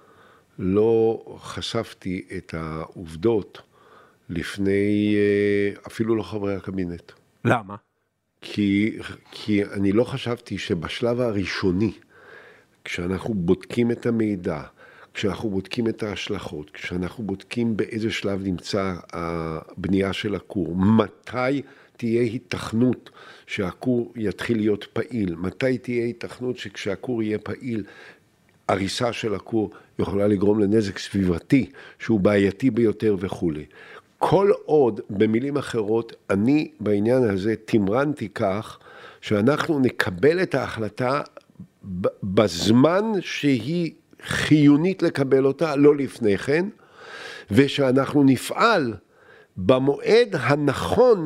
Speaker 4: לא חשפתי את העובדות לפני, אפילו לא חברי הקבינט.
Speaker 1: למה?
Speaker 4: כי, כי אני לא חשבתי שבשלב הראשוני, כשאנחנו בודקים את המידע, כשאנחנו בודקים את ההשלכות, כשאנחנו בודקים באיזה שלב נמצא הבנייה של הכור, מתי תהיה היתכנות שהכור יתחיל להיות פעיל, מתי תהיה היתכנות שכשהכור יהיה פעיל, הריסה של הכור יכולה לגרום לנזק סביבתי שהוא בעייתי ביותר וכו'. כל עוד, במילים אחרות, אני בעניין הזה תמרנתי כך שאנחנו נקבל את ההחלטה בזמן שהיא חיונית לקבל אותה, לא לפני כן, ושאנחנו נפעל במועד הנכון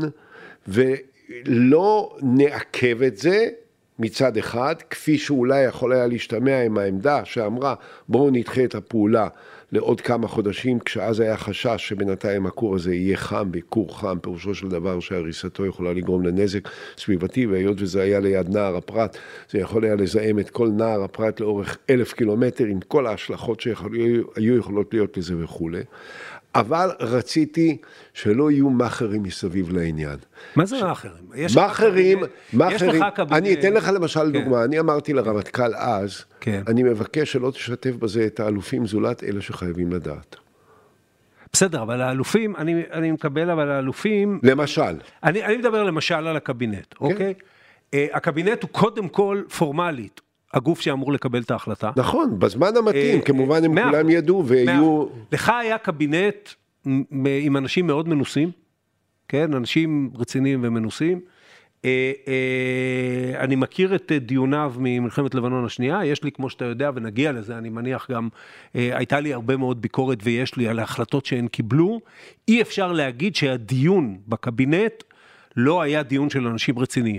Speaker 4: ולא נעכב את זה מצד אחד, כפי שאולי יכול היה להשתמע עם העמדה שאמרה בואו נדחה את הפעולה לעוד כמה חודשים, כשאז היה חשש שבינתיים הכור הזה יהיה חם, בכור חם, פירושו של דבר שהריסתו יכולה לגרום לנזק סביבתי, והיות וזה היה ליד נהר הפרת, זה יכול היה לזהם את כל נהר הפרת לאורך אלף קילומטר, עם כל ההשלכות שהיו יכולות להיות לזה וכו'. אבל רציתי שלא יהיו מאחרים מסביב לעניין.
Speaker 1: מה זה מאחרים?
Speaker 4: מאחרים, מאחרים. אני אתן לך למשל דוגמה, אני אמרתי לרמטכ"ל אז, אני מבקש שלא תשתף בזה את האלופים זולת אלה שחייבים לדעת.
Speaker 1: בסדר, אבל האלופים, אני מקבל, אבל האלופים...
Speaker 4: למשל.
Speaker 1: אני מדבר למשל על הקבינט, אוקיי? הקבינט הוא קודם כל פורמלית, הגוף שאמור לקבל את ההחלטה.
Speaker 4: נכון, בזמן המתאים, כמובן הם כולם ידעו ויהיו...
Speaker 1: לך היה קבינט עם אנשים מאוד מנוסים, כן, אנשים רציניים ומנוסים. אני מכיר את דיוניו ממלחמת לבנון השנייה, יש לי, כמו שאתה יודע, ונגיע לזה, אני מניח גם, הייתה לי הרבה מאוד ביקורת ויש לי על ההחלטות שהן קיבלו. אי אפשר להגיד שהדיון בקבינט לא היה דיון של אנשים רציניים.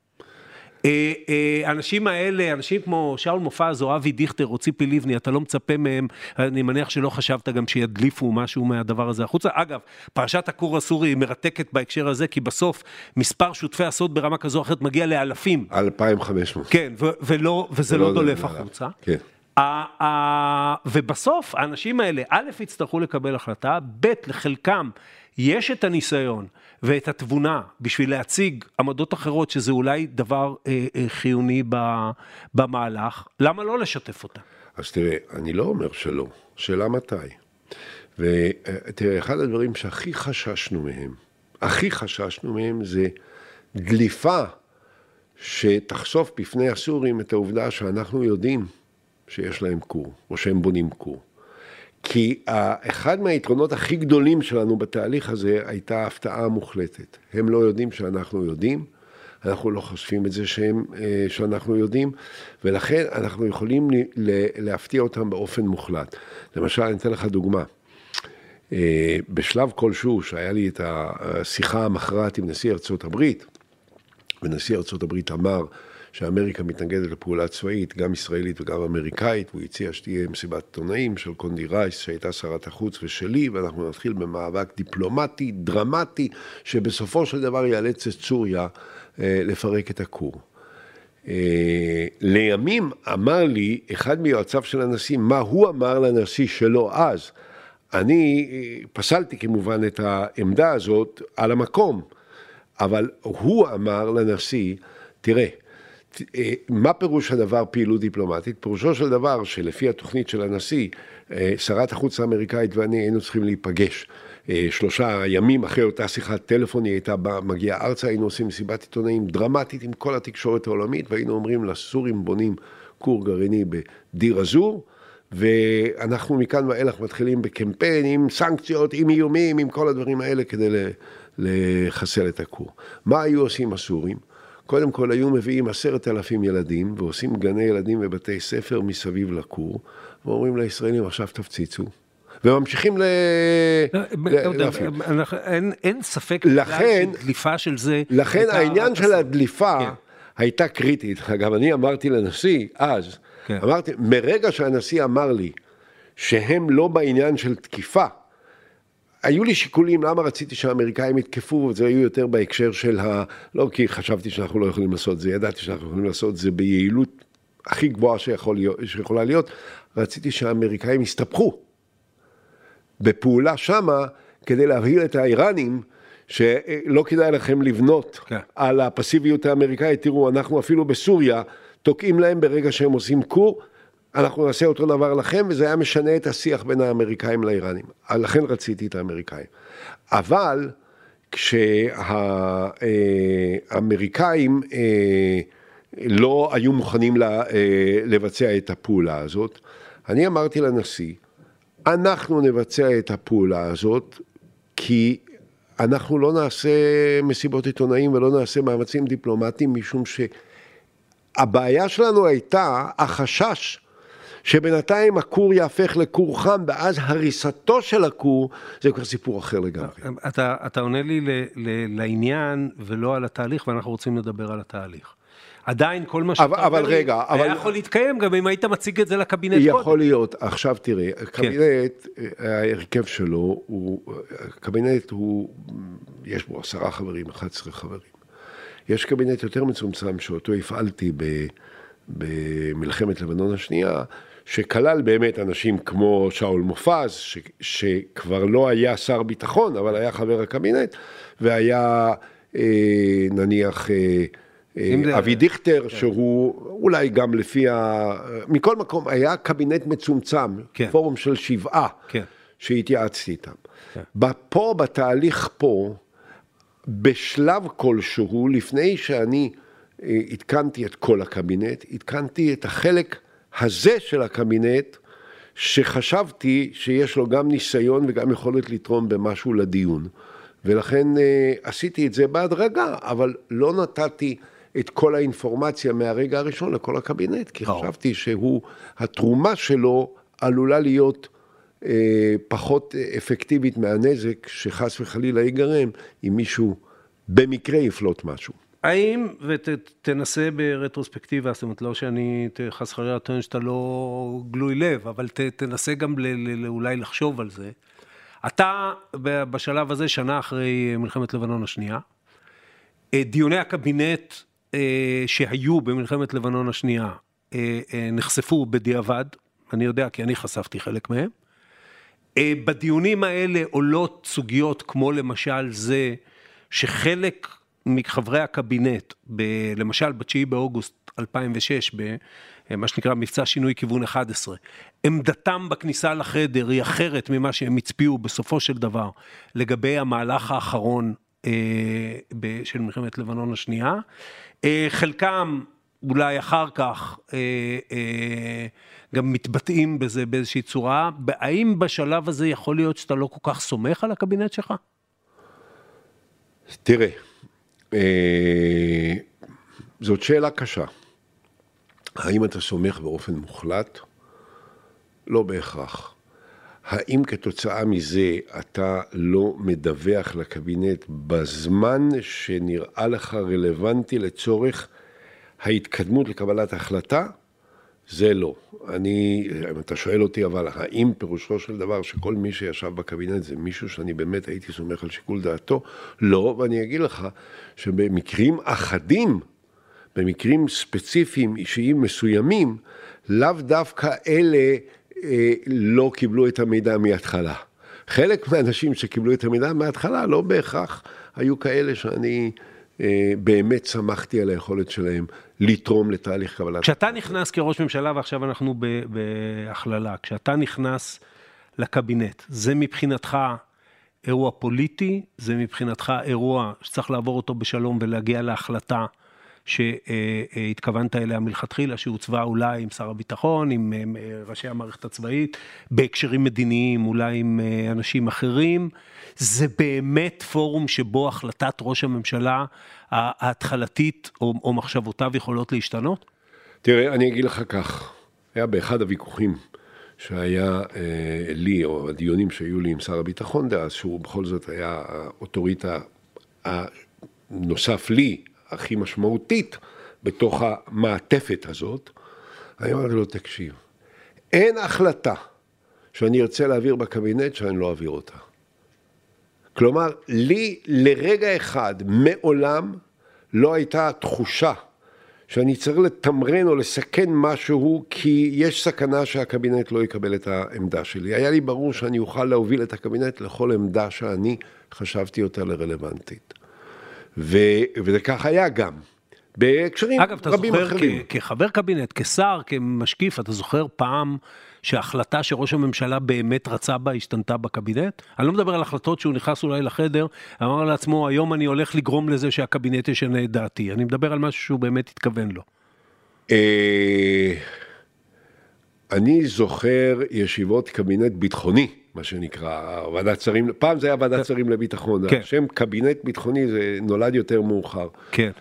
Speaker 1: האנשים האלה, אנשים כמו שאול מופז או אבי דיכטר או ציפי לבני, אתה לא מצפה מהם, אני מניח שלא חשבת גם שידליפו משהו מהדבר הזה החוצה. אגב, פרשת הכור הסורי היא מרתקת בהקשר הזה, כי בסוף מספר שותפי הסוד ברמה כזו או אחרת מגיע לאלפים.
Speaker 4: אלפיים וחמש מאות.
Speaker 1: כן, ולא, וזה לא דולף החוצה.
Speaker 4: כן.
Speaker 1: ובסוף האנשים האלה, א', יצטרכו לקבל החלטה, ב', לחלקם יש את הניסיון ואת התבונה בשביל להציג עמדות אחרות, שזה אולי דבר אה, אה, חיוני במהלך, למה לא לשתף אותה?
Speaker 4: אז תראה, אני לא אומר שלא, שאלה מתי. ותראה, אחד הדברים שהכי חששנו מהם, הכי חששנו מהם זה דליפה שתחשוף בפני הסורים את העובדה שאנחנו יודעים שיש להם קור, או שהם בונים קור. כי אחד מהיתרונות הכי גדולים שלנו בתהליך הזה הייתה הפתעה מוחלטת. הם לא יודעים שאנחנו יודעים, אנחנו לא חושבים את זה שהם, שאנחנו יודעים, ולכן אנחנו יכולים להפתיע אותם באופן מוחלט. למשל, אני אתן לך דוגמה. בשלב כלשהו, שהיה לי את השיחה המכרעת עם נשיא ארצות הברית, ונשיא ארצות הברית אמר שאמריקה מתנגדת לפעולה צבאית, גם ישראלית וגם אמריקאית, והוא הציע שתהיה מסיבת עיתונאים של קונדי רייס, שהייתה שרת החוץ ושלי, ואנחנו נתחיל במאבק דיפלומטי, דרמטי, שבסופו של דבר יאלץ את סוריה אה, לפרק את הכור. אה, לימים אמר לי, אחד מיועציו של הנשיא, מה הוא אמר לנשיא שלו אז? אני פסלתי כמובן את העמדה הזאת על המקום, אבל הוא אמר לנשיא, תראה, מה פירוש הדבר פעילות דיפלומטית? פירושו של דבר שלפי התוכנית של הנשיא, שרת החוץ האמריקאית ואני היינו צריכים להיפגש שלושה ימים אחרי אותה שיחת טלפון, היא הייתה מגיעה ארצה, היינו עושים מסיבת עיתונאים דרמטית עם כל התקשורת העולמית, והיינו אומרים לסורים בונים כור גרעיני בדיר אזור, ואנחנו מכאן ואילך מתחילים בקמפיין עם סנקציות, עם איומים, עם כל הדברים האלה כדי לחסל את הכור. מה היו עושים הסורים? קודם כל היו מביאים עשרת אלפים ילדים, ועושים גני ילדים ובתי ספר מסביב לכור, ואומרים לישראלים עכשיו תפציצו, וממשיכים להפעיל.
Speaker 1: אין ספק דליפה של זה.
Speaker 4: לכן העניין של הדליפה הייתה קריטית. אגב, אני אמרתי לנשיא אז, אמרתי, מרגע שהנשיא אמר לי שהם לא בעניין של תקיפה, היו לי שיקולים למה רציתי שהאמריקאים יתקפו, וזה היו יותר בהקשר של ה... לא כי חשבתי שאנחנו לא יכולים לעשות זה, ידעתי שאנחנו יכולים לעשות זה ביעילות הכי גבוהה שיכול להיות, שיכולה להיות, רציתי שהאמריקאים יסתפחו בפעולה שמה, כדי להבהיל את האיראנים, שלא כדאי לכם לבנות כן. על הפסיביות האמריקאית, תראו, אנחנו אפילו בסוריה, תוקעים להם ברגע שהם עושים קור, אנחנו נעשה אותו דבר לכם, וזה היה משנה את השיח בין האמריקאים לאיראנים. לכן רציתי את האמריקאים. אבל כשהאמריקאים לא היו מוכנים לבצע את הפעולה הזאת, אני אמרתי לנשיא, אנחנו נבצע את הפעולה הזאת, כי אנחנו לא נעשה מסיבות עיתונאים ולא נעשה מאמצים דיפלומטיים, משום שהבעיה שלנו הייתה החשש שבינתיים הכור יהפך לכור חם, ואז הריסתו של הכור, זה כבר סיפור אחר לגמרי.
Speaker 1: אתה, אתה עונה לי ל, ל, לעניין ולא על התהליך, ואנחנו רוצים לדבר על התהליך. עדיין כל מה שאתה
Speaker 4: אבל רגע,
Speaker 1: היה
Speaker 4: אבל...
Speaker 1: יכול להתקיים גם אם היית מציג את זה לקבינט קודם.
Speaker 4: יכול להיות, עכשיו תראה, הקבינט, ההרכב שלו, הקבינט הוא, יש בו עשרה חברים, אחד עשר חברים. יש קבינט יותר מצומצם שאותו הפעלתי במלחמת לבנון השנייה, שכלל באמת אנשים כמו שאול מופז, ש, שכבר לא היה שר ביטחון, אבל היה חבר הקבינט, והיה אה, נניח אה, אה, אבי דיכטר, כן. שהוא אולי גם לפי ה... מכל מקום, היה קבינט מצומצם, כן. פורום של שבעה, כן. שהתייעצתי איתם. כן. פה, בתהליך פה, בשלב כלשהו, לפני שאני התקנתי את כל הקבינט, התקנתי את החלק הזה של הקבינט, שחשבתי שיש לו גם ניסיון וגם יכולת לתרום במשהו לדיון. ולכן עשיתי את זה בהדרגה, אבל לא נתתי את כל האינפורמציה מהרגע הראשון לכל הקבינט, כי חשבתי שהוא, התרומה שלו עלולה להיות פחות אפקטיבית מהנזק שחס וחלילה ייגרם, אם מישהו במקרה יפלוט משהו.
Speaker 1: האם, ותנסה ברטרוספקטיבה, זאת אומרת, לא שאני חס וחלילה טוען שאתה לא גלוי לב, אבל תנסה גם אולי לחשוב על זה. אתה בשלב הזה, שנה אחרי מלחמת לבנון השנייה, דיוני הקבינט שהיו במלחמת לבנון השנייה נחשפו בדיעבד, אני יודע כי אני חשפתי חלק מהם. בדיונים האלה עולות סוגיות כמו למשל זה שחלק מחברי הקבינט, ב, למשל ב-תשיעי באוגוסט אלפיים ושש, במה שנקרא מבצע שינוי כיוון אחת עשרה, עמדתם בכניסה לחדר היא אחרת ממה שהם הצביעו בסופו של דבר, לגבי המהלך האחרון אה, ב, של מלחמת לבנון השנייה. אה, חלקם אולי אחר כך אה, אה, גם מתבטאים בזה באיזושהי צורה. האם בשלב הזה יכול להיות שאתה לא כל כך סומך על הקבינט שלך?
Speaker 4: תראה, אה, זאת שאלה קשה. האם אתה סומך באופן מוחלט? לא בהכרח. האם כתוצאה מזה אתה לא מדווח לקבינט בזמן שנראה לך רלוונטי לצורך ההתקדמות לקבלת ההחלטה? זה לא. אני, אם אתה שואל אותי, אבל האם פירושו של דבר שכל מי שישב בקבינט זה מישהו שאני באמת הייתי סומך על שיקול דעתו? לא, ואני אגיד לך שבמקרים אחדים, במקרים ספציפיים אישיים מסוימים, לאו דווקא אלה אה, לא קיבלו את המידע מההתחלה. חלק מהאנשים שקיבלו את המידע מההתחלה לא בהכרח היו כאלה שאני אה, באמת שמחתי על היכולת שלהם לתרום לתהליך קבלת.
Speaker 1: כשאתה נכנס כראש ממשלה, ועכשיו אנחנו בהכללה, כשאתה נכנס לקבינט, זה מבחינתך אירוע פוליטי, זה מבחינתך אירוע שצריך לעבור אותו בשלום ולהגיע להחלטה שהתכוונת אליה מלכתחילה, שהוצבה אולי עם שר הביטחון, עם ראשי המערכת הצבאית, בהקשרים מדיניים, אולי עם אנשים אחרים. זה באמת פורום שבו החלטת ראש הממשלה ההתחלתית או, או מחשבותיו יכולות להשתנות? תראה,
Speaker 4: אני אגיד לך כך, היה באחד הוויכוחים שהיה אה, לי, או הדיונים שהיו לי עם שר הביטחון דאז, שהוא בכל זאת היה האוטוריטה הנוסף לי, הכי משמעותית בתוך המעטפת הזאת, אני אמרתי לו, תקשיב, אין החלטה שאני ארצה להעביר בקבינט שאני לא אעביר אותה. כלומר, לי לרגע אחד מעולם לא הייתה תחושה שאני צריך לתמרן או לסכן משהו כי יש סכנה שהקבינט לא יקבל את העמדה שלי. היה לי ברור שאני אוכל להוביל את הקבינט לכל עמדה שאני חשבתי אותה לרלוונטית. ו... וזה כך היה גם, בהקשרים
Speaker 1: אגב,
Speaker 4: רבים אחרים.
Speaker 1: אגב, אתה זוכר כ... כחבר קבינט, כשר, כמשקיף, אתה זוכר פעם שההחלטה שראש הממשלה באמת רצה בה, השתנתה בקבינט? אני לא מדבר על החלטות שהוא נכנס אולי לחדר, אמר לעצמו, היום אני הולך לגרום לזה שהקבינט ישנה את דעתי. אני מדבר על משהו שהוא באמת התכוון לו.
Speaker 4: אני זוכר ישיבות קבינט ביטחוני, מה שנקרא, ועדת שרים, פעם זה היה ועדת שרים לביטחון,
Speaker 1: כן.
Speaker 4: השם קבינט ביטחוני זה נולד יותר מאוחר.
Speaker 1: כן.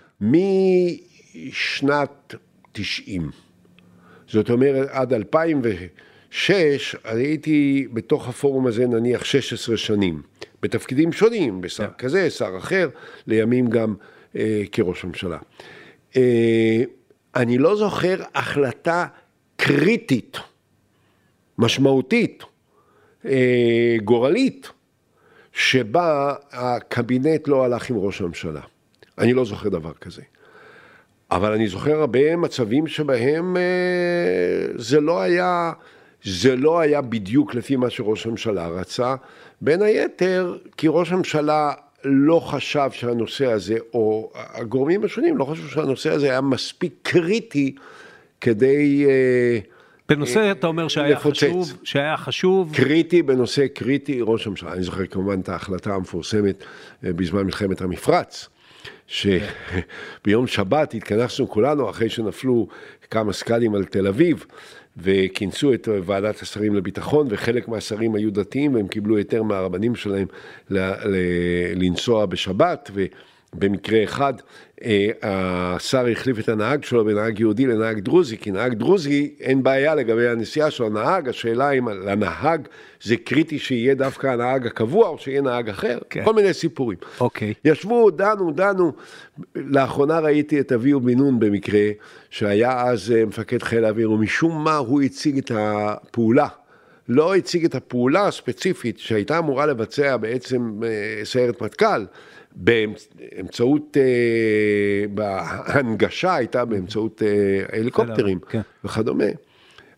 Speaker 4: משנת תשעים, זאת אומרת עד אלפיים ושש, הייתי בתוך הפורום הזה נניח שש עשרה שנים, בתפקידים שונים, בשר כן. כזה, שר אחר, לימים גם אה, כראש ממשלה. אה, אני לא זוכר החלטה קריטית, משמעותית, גורלית, שבה הקבינט לא הלך עם ראש הממשלה. אני לא זוכר דבר כזה. אבל אני זוכר הרבה מצבים שבהם זה לא היה, זה לא היה בדיוק לפי מה שראש הממשלה רצה. בין היתר, כי ראש הממשלה לא חשב שהנושא הזה, או הגורמים השונים לא חשבו שהנושא הזה היה מספיק קריטי כדי
Speaker 1: בנושא אתה אומר שהיה חשוב, שהיה חשוב.
Speaker 4: קריטי, בנושא קריטי, ראש הממשלה. אני זוכר כמובן את ההחלטה המפורסמת בזמן מלחמת המפרץ, שביום שבת התכנסנו כולנו אחרי שנפלו כמה סקאדים על תל אביב, וכינסו את ועדת השרים לביטחון, וחלק מהשרים היו דתיים, והם קיבלו היתר מהרבנים שלהם לנסוע בשבת, ובמקרה אחד השר החליף את הנהג שלו בנהג יהודי לנהג דרוזי, כי נהג דרוזי אין בעיה לגבי הנסיעה של הנהג, השאלה אם לנהג זה קריטי שיהיה דווקא הנהג הקבוע או שיהיה נהג אחר, okay. כל מיני סיפורים.
Speaker 1: Okay.
Speaker 4: ישבו, דנו, דנו, לאחרונה ראיתי את אביהו בן נון במקרה, שהיה אז מפקד חיל האוויר, ומשום מה הוא הציג את הפעולה, לא הציג את הפעולה הספציפית שהייתה אמורה לבצע בעצם סיירת מטכ"ל, באמצעות, בהנגשה הייתה באמצעות הליקופטרים וכדומה.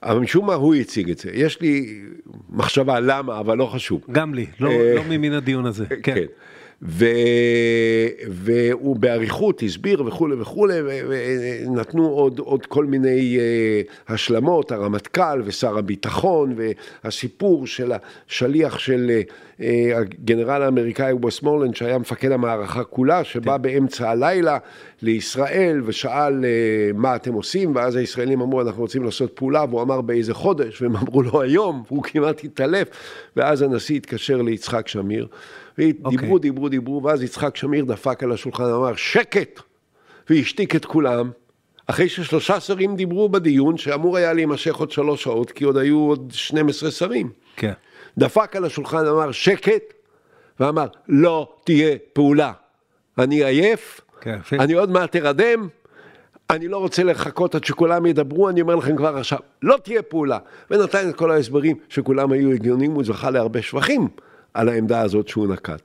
Speaker 4: אבל משום מה הוא הציג את זה. יש לי מחשבה למה, אבל לא חשוב.
Speaker 1: גם לי, לא, לא ממין הדיון הזה. כן.
Speaker 4: כן. ו... והוא בעריכות הסביר וכו' וכו', ונתנו עוד, עוד כל מיני uh, השלמות, הרמטכ"ל ושר הביטחון, והסיפור של השליח של uh, הגנרל האמריקאי ווסטמורלנד, שהיה מפקד המערכה כולה, שבא כן. באמצע הלילה לישראל ושאל uh, מה אתם עושים, ואז הישראלים אמרו אנחנו רוצים לעשות פעולה, והוא אמר באיזה חודש, והם אמרו לו היום, והוא כמעט התעלף, ואז הנשיא התקשר ליצחק שמיר, ודיברו, okay. דיברו, דיברו, ואז יצחק שמיר דפק על השולחן, אמר, שקט! והשתיק את כולם, אחרי ששלושה שרים דיברו בדיון, שאמור היה להימשך עוד שלוש שעות, כי עוד היו עוד שנים עשר שרים. כן. Okay. דפק על השולחן, אמר, שקט! ואמר, לא תהיה פעולה. אני עייף, okay. אני עוד מעט תרדם, אני לא רוצה לחכות עד שכולם ידברו, אני אומר לכם כבר עכשיו, לא תהיה פעולה. ונתן את כל ההסברים שכולם היו הגיונים, הוא זכה להרבה שבחים. על העמדה הזאת שהוא נקט.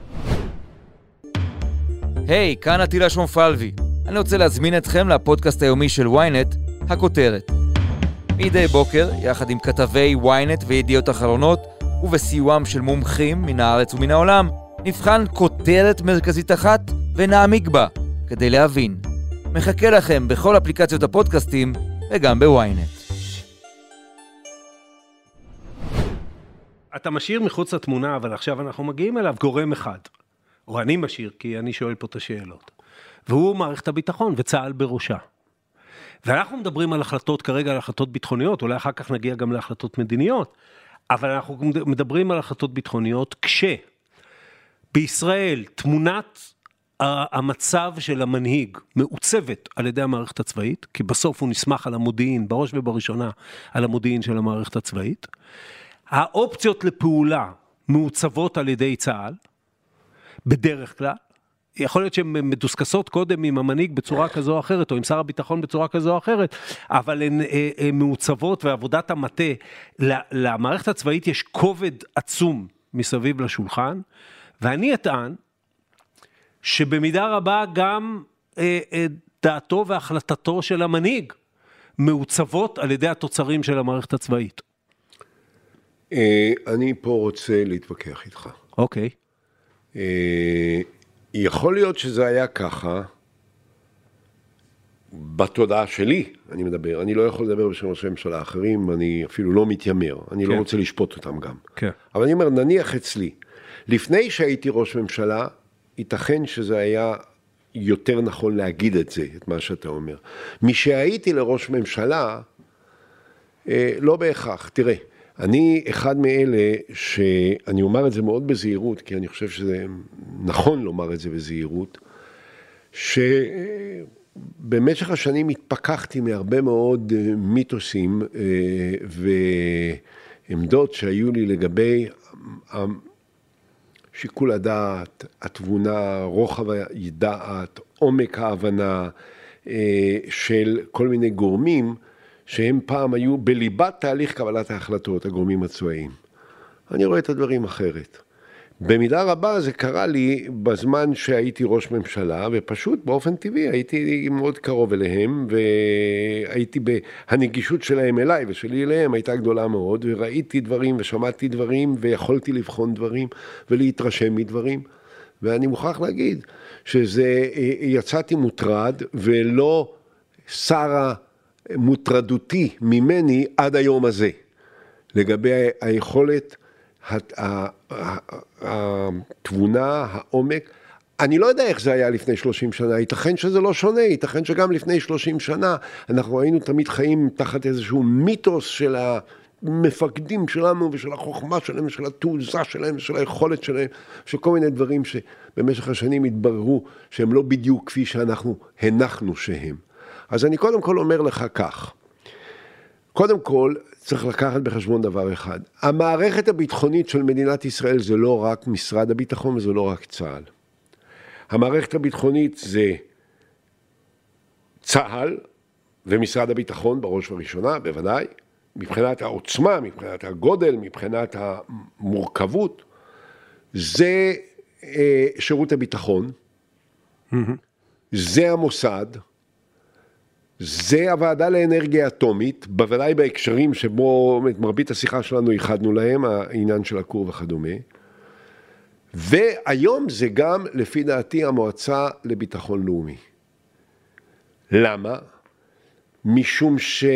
Speaker 3: היי, hey, כאן עטילה שומפלבי. אני רוצה להזמין אתכם לפודקאסט היומי של וויינט, הכותרת. מדי בוקר, יחד עם כתבי וויינט וידיעות אחרונות, ובסיועם של מומחים מן הארץ ומן העולם, נבחן כותרת מרכזית אחת ונעמיק בה, כדי להבין. מחכה לכם בכל אפליקציות הפודקאסטים וגם בוויינט.
Speaker 1: אתה משאיר מחוץ לתמונה, אבל עכשיו אנחנו מגיעים אליו גורם אחד. או אני משאיר, כי אני שואל פה את השאלות. והוא מערכת הביטחון וצה"ל בראשה. ואנחנו מדברים על החלטות כרגע, על החלטות ביטחוניות, אולי אחר כך נגיע גם להחלטות מדיניות, אבל אנחנו מדברים על החלטות ביטחוניות, כשבישראל תמונת המצב של המנהיג מעוצבת על ידי המערכת הצבאית, כי בסוף הוא נסמך על המודיעין, בראש ובראשונה על המודיעין של המערכת הצבאית, האופציות לפעולה מעוצבות על ידי צה"ל, בדרך כלל, יכול להיות שהן מדוסקסות קודם עם המנהיג בצורה כזו או אחרת, או עם שר הביטחון בצורה כזו או אחרת, אבל הן, הן מעוצבות, ועבודת המטה, למערכת הצבאית יש כובד עצום מסביב לשולחן, ואני אטען, שבמידה רבה גם דעתו והחלטתו של המנהיג, מעוצבות על ידי התוצרים של המערכת הצבאית.
Speaker 4: אני פה רוצה להתווכח איתך.
Speaker 1: אוקיי.
Speaker 4: יכול להיות שזה היה ככה, בתודעה שלי, אני מדבר, אני לא יכול לדבר בשם ראשי ממשלה אחרים, אני אפילו לא מתיימר, אני לא רוצה לשפוט אותם גם. אבל אני אומר, נניח אצלי, לפני שהייתי ראש ממשלה, ייתכן שזה היה יותר נכון להגיד את זה, את מה שאתה אומר. משהייתי לראש ממשלה, לא בהכרח, תראה, אני אחד מאלה שאני אומר את זה מאוד בזהירות, כי אני חושב שזה נכון לומר את זה בזהירות, שבמשך השנים התפכחתי מהרבה מאוד מיתוסים ועמדות שהיו לי לגבי שיקול הדעת, התבונה, רוחב הדעת, עומק ההבנה של כל מיני גורמים, שהם פעם היו בליבת תהליך קבלת ההחלטות, הגורמים הצבאיים. אני רואה את הדברים אחרת. במידה רבה זה קרה לי בזמן שהייתי ראש ממשלה, ופשוט באופן טבעי הייתי מאוד קרוב אליהם, והייתי בהנגישות שלהם אליי ושלי אליהם הייתה גדולה מאוד, וראיתי דברים ושמעתי דברים, ויכולתי לבחון דברים ולהתרשם מדברים. ואני מוכרח להגיד שזה יצאתי מוטרד, ולא שרה מוטרדותי ממני עד היום הזה, לגבי היכולת, התבונה, העומק. אני לא יודע איך זה היה לפני שלושים שנה, ייתכן שזה לא שונה, ייתכן שגם לפני שלושים שנה אנחנו היינו תמיד חיים תחת איזשהו מיתוס של המפקדים שלנו ושל החוכמה שלהם ושל התעוזה שלהם ושל היכולת שלהם, של כל מיני דברים שבמשך השנים התבררו שהם לא בדיוק כפי שאנחנו הנחנו שהם. אז אני קודם כל אומר לך כך, קודם כל צריך לקחת בחשבון דבר אחד, המערכת הביטחונית של מדינת ישראל זה לא רק משרד הביטחון וזה לא רק צה"ל. המערכת הביטחונית זה צה"ל ומשרד הביטחון בראש ובראשונה, בוודאי, מבחינת העוצמה, מבחינת הגודל, מבחינת המורכבות, זה אה, שירות הביטחון, mm-hmm. זה המוסד, זה הוועדה לאנרגיה אטומית, בוודאי בהקשרים שבו את מרבית השיחה שלנו ייחדנו להם, העניין של הכור וכדומה. והיום זה גם, לפי דעתי, המועצה לביטחון לאומי. למה? משום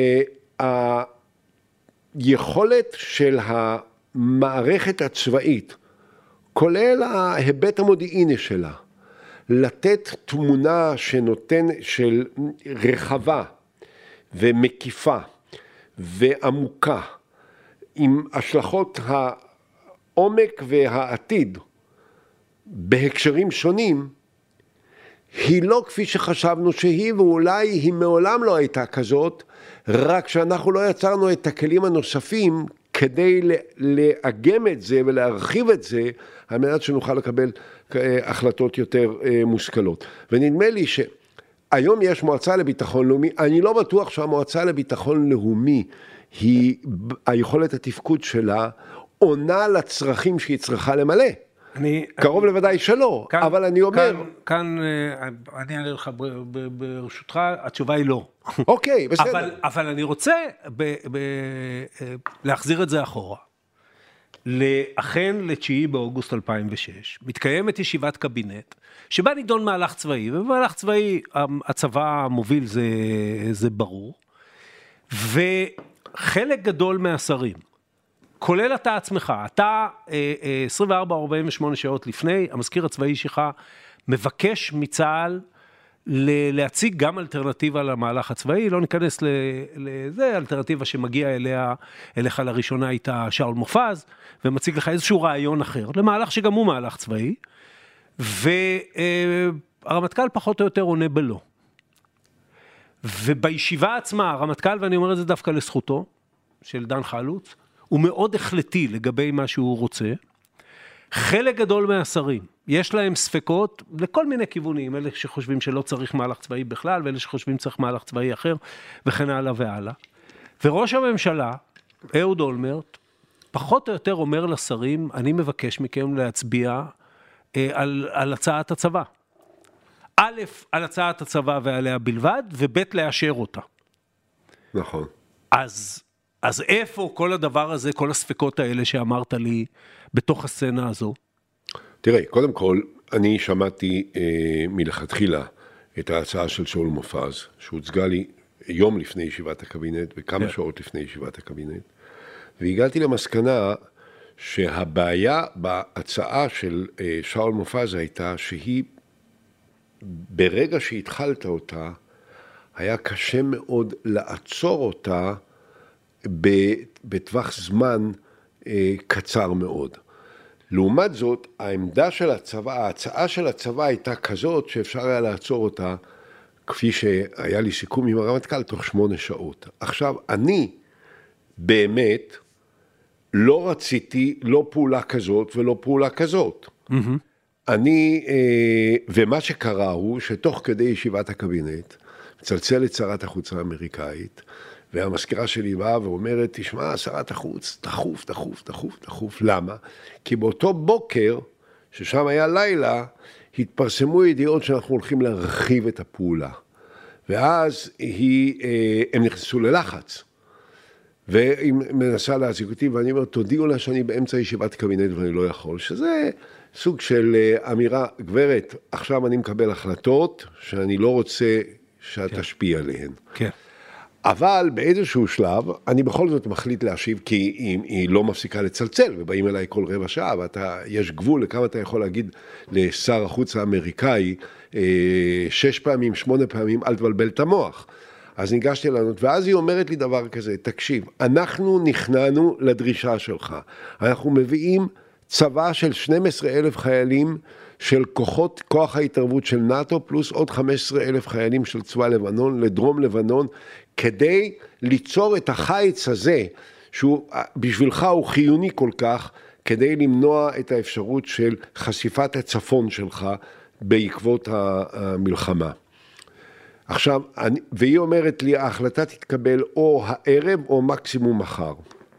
Speaker 4: שהיכולת של המערכת הצבאית, כולל ההיבט המודיעיני שלה, לתת תמונה שנותן של רחבה ומקיפה ועמוקה, עם השלכות העומק והעתיד בהקשרים שונים, היא לא כפי שחשבנו שהיא, ואולי היא מעולם לא הייתה כזאת, רק שאנחנו לא יצרנו את הכלים הנוספים כדי לאגם את זה ולהרחיב את זה, על מנת שנוכל לקבל החלטות יותר מושכלות. ונדמה לי שהיום יש מועצה לביטחון לאומי, אני לא בטוח שהמועצה לביטחון לאומי, היא, היכולת התפקוד שלה, עונה לצרכים שהיא צריכה למלא. אני, קרוב אני, לוודאי שלא, כאן, אבל אני אומר...
Speaker 1: כאן, כאן אני אענה לך ברשותך, התשובה היא לא.
Speaker 4: אוקיי, בסדר.
Speaker 1: אבל, אבל אני רוצה ב, ב, להחזיר את זה אחורה. לאכן לתשיעי באוגוסט אלפיים ושש, מתקיימת ישיבת קבינט, שבה נידון מהלך צבאי, ובמהלך צבאי הצבא המוביל זה, זה ברור, וחלק גדול מהשרים, כולל אתה עצמך, אתה עשרים וארבע ארבעים ושמונה שעות לפני, המזכיר הצבאי שלך מבקש מצה"ל להציג גם אלטרנטיבה למהלך הצבאי, לא ניכנס לזה, אלטרנטיבה שמגיע אליה, אליך לראשונה הייתה שאול מופז, ומציג לך איזשהו רעיון אחר, למהלך שגם הוא מהלך צבאי, והרמטכ"ל פחות או יותר עונה בלא. ובישיבה עצמה, הרמטכ"ל, ואני אומר את זה דווקא לזכותו, של דן חלוץ, הוא מאוד החלטי לגבי מה שהוא רוצה. חלק גדול מהשרים, יש להם ספקות לכל מיני כיוונים, אלה שחושבים שלא צריך מהלך צבאי בכלל, ואלה שחושבים צריך מהלך צבאי אחר, וכן הלאה והלאה. וראש הממשלה, אהוד אולמרט, פחות או יותר אומר לשרים, אני מבקש מכם להצביע אה, על, על הצעת הצבא. א', על הצעת הצבא ועליה בלבד, וב', לאשר אותה.
Speaker 4: נכון.
Speaker 1: אז, אז איפה כל הדבר הזה, כל הספקות האלה שאמרת לי, בתוך הסצנה הזו?
Speaker 4: תראה, קודם כל, אני שמעתי אה, מלכתחילה את ההצעה של שאול מופז, שהוצגה לי יום לפני ישיבת הקבינט, וכמה yeah. שעות לפני ישיבת הקבינט, והגעתי למסקנה שהבעיה בהצעה של אה, שאול מופז הייתה שהיא, ברגע שהתחלת אותה, היה קשה מאוד לעצור אותה בטווח זמן אה, קצר מאוד. לעומת זאת, העמדה של הצבא, ההצעה של הצבא הייתה כזאת שאפשר היה לעצור אותה, כפי שהיה לי סיכום עם הרמטכ"ל, תוך שמונה שעות. עכשיו, אני באמת לא רציתי לא פעולה כזאת ולא פעולה כזאת. Mm-hmm. אני, ומה שקרה הוא שתוך כדי ישיבת הקבינט, מצלצלת שרת החוץ האמריקאית, והמזכירה שלי באה ואומרת, תשמע, שרת החוץ, דחוף, דחוף, דחוף, דחוף. למה? כי באותו בוקר, ששם היה לילה, התפרסמו ידיעות שאנחנו הולכים להרחיב את הפעולה. ואז היא, הם נכנסו ללחץ. והיא מנסה להזיק אותי, ואני אומר, תודיעו לה שאני באמצע ישיבת קבינט ואני לא יכול, שזה סוג של אמירה, גברת, עכשיו אני מקבל החלטות שאני לא רוצה שאת כן. תשפיע עליהן. כן. אבל באיזשהו שלב, אני בכל זאת מחליט להשיב, כי היא, היא לא מפסיקה לצלצל, ובאים אליי כל רבע שעה, ואתה, יש גבול לכמה אתה יכול להגיד לשר החוץ האמריקאי, שש פעמים, שמונה פעמים, אל תבלבל את המוח. אז ניגשתי לענות, ואז היא אומרת לי דבר כזה, תקשיב, אנחנו נכנענו לדרישה שלך, אנחנו מביאים צבא של שנים עשר אלף חיילים, של כוחות, כוח ההתערבות של נאטו, פלוס עוד חמישה עשר אלף חיילים של צבא לבנון, לדרום לבנון, כדי ליצור את החיץ הזה, שהוא בשבילך הוא חיוני כל כך, כדי למנוע את האפשרות של חשיפת הצפון שלך, בעקבות המלחמה. עכשיו, אני, והיא אומרת לי, ההחלטה תתקבל או הערב או מקסימום מחר.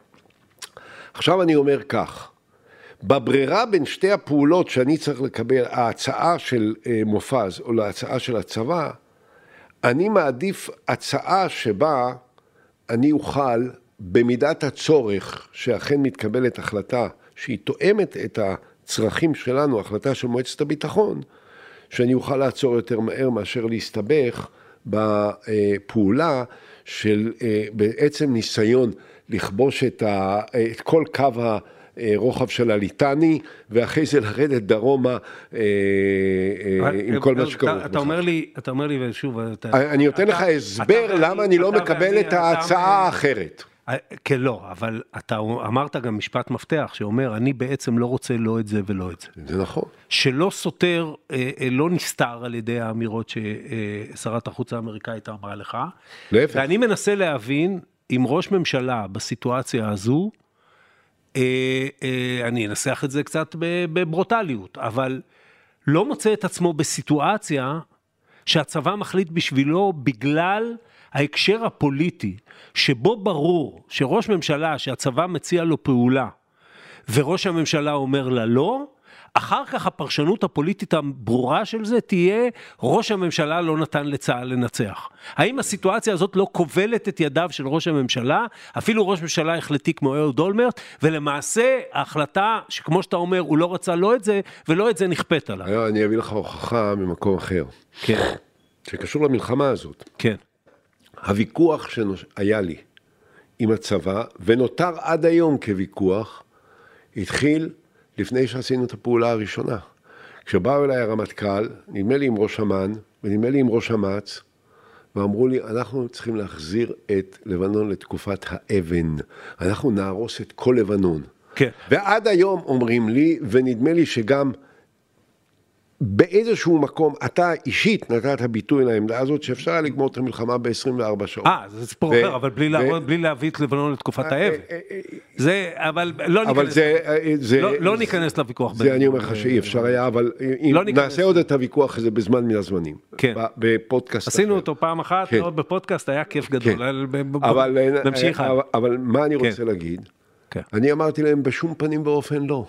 Speaker 4: עכשיו אני אומר כך, בברירה בין שתי הפעולות שאני צריך לקבל, ההצעה של מופז או להצעה של הצבא, אני מעדיף הצעה שבה אני אוכל, במידת הצורך, שאכן מתקבלת החלטה, שהיא תואמת את הצרכים שלנו, החלטה של מועצת הביטחון, שאני אוכל לעצור יותר מהר מאשר להסתבך בפעולה של בעצם ניסיון לכבוש את, ה, את כל קו הרוחב של הליטני, ואחרי זה לרדת דרומה עם כל מה שקורה.
Speaker 1: אתה אומר לי, אתה אומר לי, ושוב,
Speaker 4: אני נותן לך הסבר למה אני לא מקבל את ההצעה האחרת.
Speaker 1: כן, לא, אבל אתה אמרת גם משפט מפתח שאומר, אני בעצם לא רוצה לא את זה ולא את זה.
Speaker 4: זה נכון.
Speaker 1: שלא סותר, לא נסתר על ידי האמירות ששרת החוץ האמריקאית אמרה לך.
Speaker 4: להפך.
Speaker 1: ואני מנסה להבין אם ראש ממשלה בסיטואציה הזו, אני אנסח את זה קצת בברוטליות, אבל לא מוצא את עצמו בסיטואציה שהצבא מחליט בשבילו בגלל ההקשר הפוליטי, שבו ברור שראש ממשלה שהצבא מציע לו פעולה, וראש הממשלה אומר לה לא, אחר כך הפרשנות הפוליטית הברורה של זה תהיה, ראש הממשלה לא נתן לצה"ל לנצח. האם הסיטואציה הזאת לא כובלת את ידיו של ראש הממשלה, אפילו ראש ממשלה החלטי כמו אהוד אולמרט, ולמעשה ההחלטה שכמו שאתה אומר, הוא לא רצה לא את זה, ולא את זה נכפת עליו.
Speaker 4: אני אביא לך הוכחה ממקום אחר.
Speaker 1: כן.
Speaker 4: שקשור למלחמה הזאת.
Speaker 1: כן.
Speaker 4: הוויכוח שהיה לי עם הצבא, ונותר עד היום כוויכוח, התחיל לפני שעשינו את הפעולה הראשונה. כשבאו אליי הרמטכ"ל, נדמה לי עם ראש אמ"ן, ונדמה לי עם ראש אמ"ץ, ואמרו לי, אנחנו צריכים להחזיר את לבנון לתקופת האבן. אנחנו נהרוס את כל לבנון.
Speaker 1: כן.
Speaker 4: ועד היום אומרים לי, ונדמה לי שגם באיזשהו מקום, אתה אישית נתת ביטוי לעמדה הזאת, שאפשר היה לגמור את המלחמה ב-עשרים וארבע שעות.
Speaker 1: אה, זה סיפור אחר, אבל בלי להביא את לבנון לתקופת האבן. זה, אבל לא ניכנס לוויכוח.
Speaker 4: זה אני אומר לך שאי אפשר היה, אבל נעשה עוד את הוויכוח הזה בזמן מן הזמנים.
Speaker 1: כן.
Speaker 4: בפודקאסט.
Speaker 1: עשינו אותו פעם אחת, עוד בפודקאסט, היה כיף גדול. נמשיך.
Speaker 4: אבל מה אני רוצה להגיד? אני אמרתי להם בשום פנים באופן לא.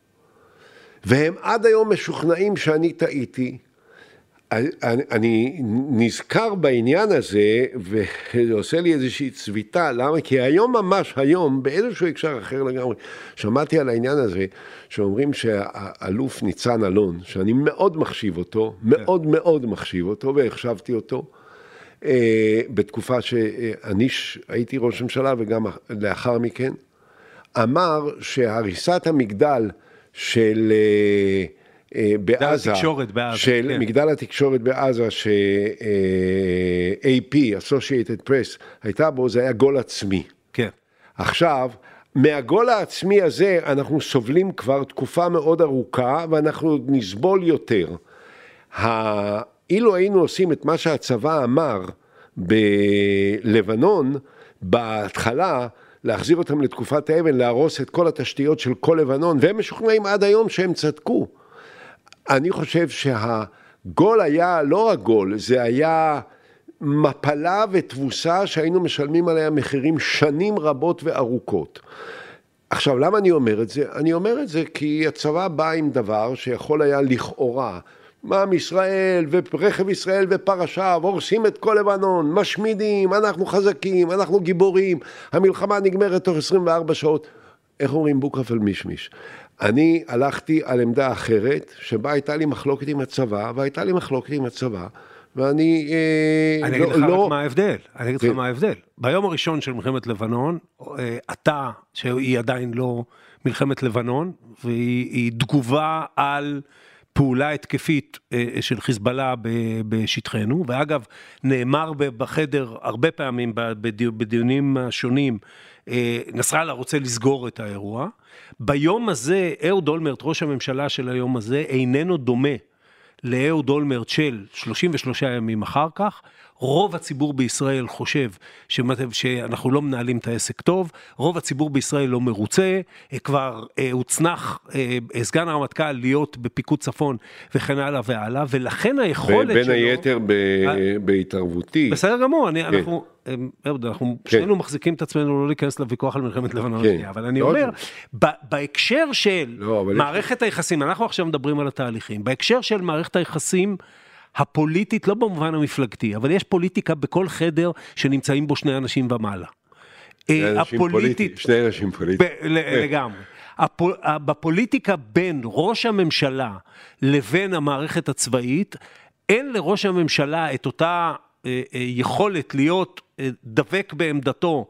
Speaker 4: והם עד היום משוכנעים שאני טעיתי. אני, אני נזכר בעניין הזה, וזה עושה לי איזושהי צביטה. למה? כי היום ממש, היום, באיזשהו הקשר אחר לגמרי, שמעתי על העניין הזה, שאומרים שהאלוף ניצן אלון, שאני מאוד מחשיב אותו, מאוד מאוד מחשיב אותו, והחשבתי אותו, בתקופה שאני הייתי ראש ממשלה, וגם לאחר מכן, אמר שהריסת המגדל, של בעזה, של מגדל התקשורת בעזה, ש-איי פי, Associated Press, הייתה בו, זה היה גול עצמי.
Speaker 1: כן.
Speaker 4: עכשיו, מהגול העצמי הזה, אנחנו סובלים כבר תקופה מאוד ארוכה, ואנחנו עוד נסבול יותר. אילו היינו עושים את מה שהצבא אמר בלבנון, בהתחלה, להחזיר אותם לתקופת האבן, להרוס את כל התשתיות של כל לבנון, והם משוכנעים עד היום שהם צדקו. אני חושב שהגול היה לא רק גול, זה היה מפלה ותבוסה שהיינו משלמים עליה מחירים שנים רבות וארוכות. עכשיו, למה אני אומר את זה? אני אומר את זה כי הצבא בא עם דבר שיכול היה לכאורה, מעם ישראל ורכב ישראל ופרשיו, הורסים את כל לבנון, משמידים, אנחנו חזקים, אנחנו גיבורים, המלחמה נגמרת תוך עשרים וארבע שעות. איך אומרים בוקרפל מישמיש? אני הלכתי על עמדה אחרת, שבה הייתה לי מחלוקת עם הצבא, והייתה לי מחלוקת עם הצבא, ואני
Speaker 1: אני אגיד לך רק מה ההבדל, אני אגיד לך מה ההבדל. ביום הראשון של מלחמת לבנון, אתה, שהיא עדיין לא מלחמת לבנון, והיא תגובה על פעולה התקפית של חיזבאללה בשטחנו, ואגב, נאמר בחדר הרבה פעמים בדיונים השונים, נסראללה רוצה לסגור את האירוע. ביום הזה, אהוד אולמרט, ראש הממשלה של היום הזה, איננו דומה לאהוד אולמרט של שלושים ושלושה ימים אחר כך. רוב הציבור בישראל חושב שאנחנו לא מנהלים את העסק טוב, רוב הציבור בישראל לא מרוצה, כבר הוצנח סגן הרמטכ"ל להיות בפיקוד צפון וכן הלאה והלאה, ולכן היכולת שלו... בין
Speaker 4: היתר בהתערבותי.
Speaker 1: בסדר גמור, אנחנו... אנחנו שנינו מחזיקים את עצמנו לא להיכנס לוויכוח על מלחמת לבנון השנייה, אבל אני אומר, בהקשר של מערכת היחסים, אנחנו עכשיו מדברים על התהליכים, בהקשר של מערכת היחסים הפוליטית, לא במובן המפלגתי, אבל יש פוליטיקה בכל חדר שנמצאים בו שני אנשים ומעלה.
Speaker 4: שני אנשים פוליטיים. שני אנשים פוליטיים.
Speaker 1: לגמרי. בפוליטיקה בין ראש הממשלה לבין המערכת הצבאית, אין לראש הממשלה את אותה יכולת להיות דבק בעמדתו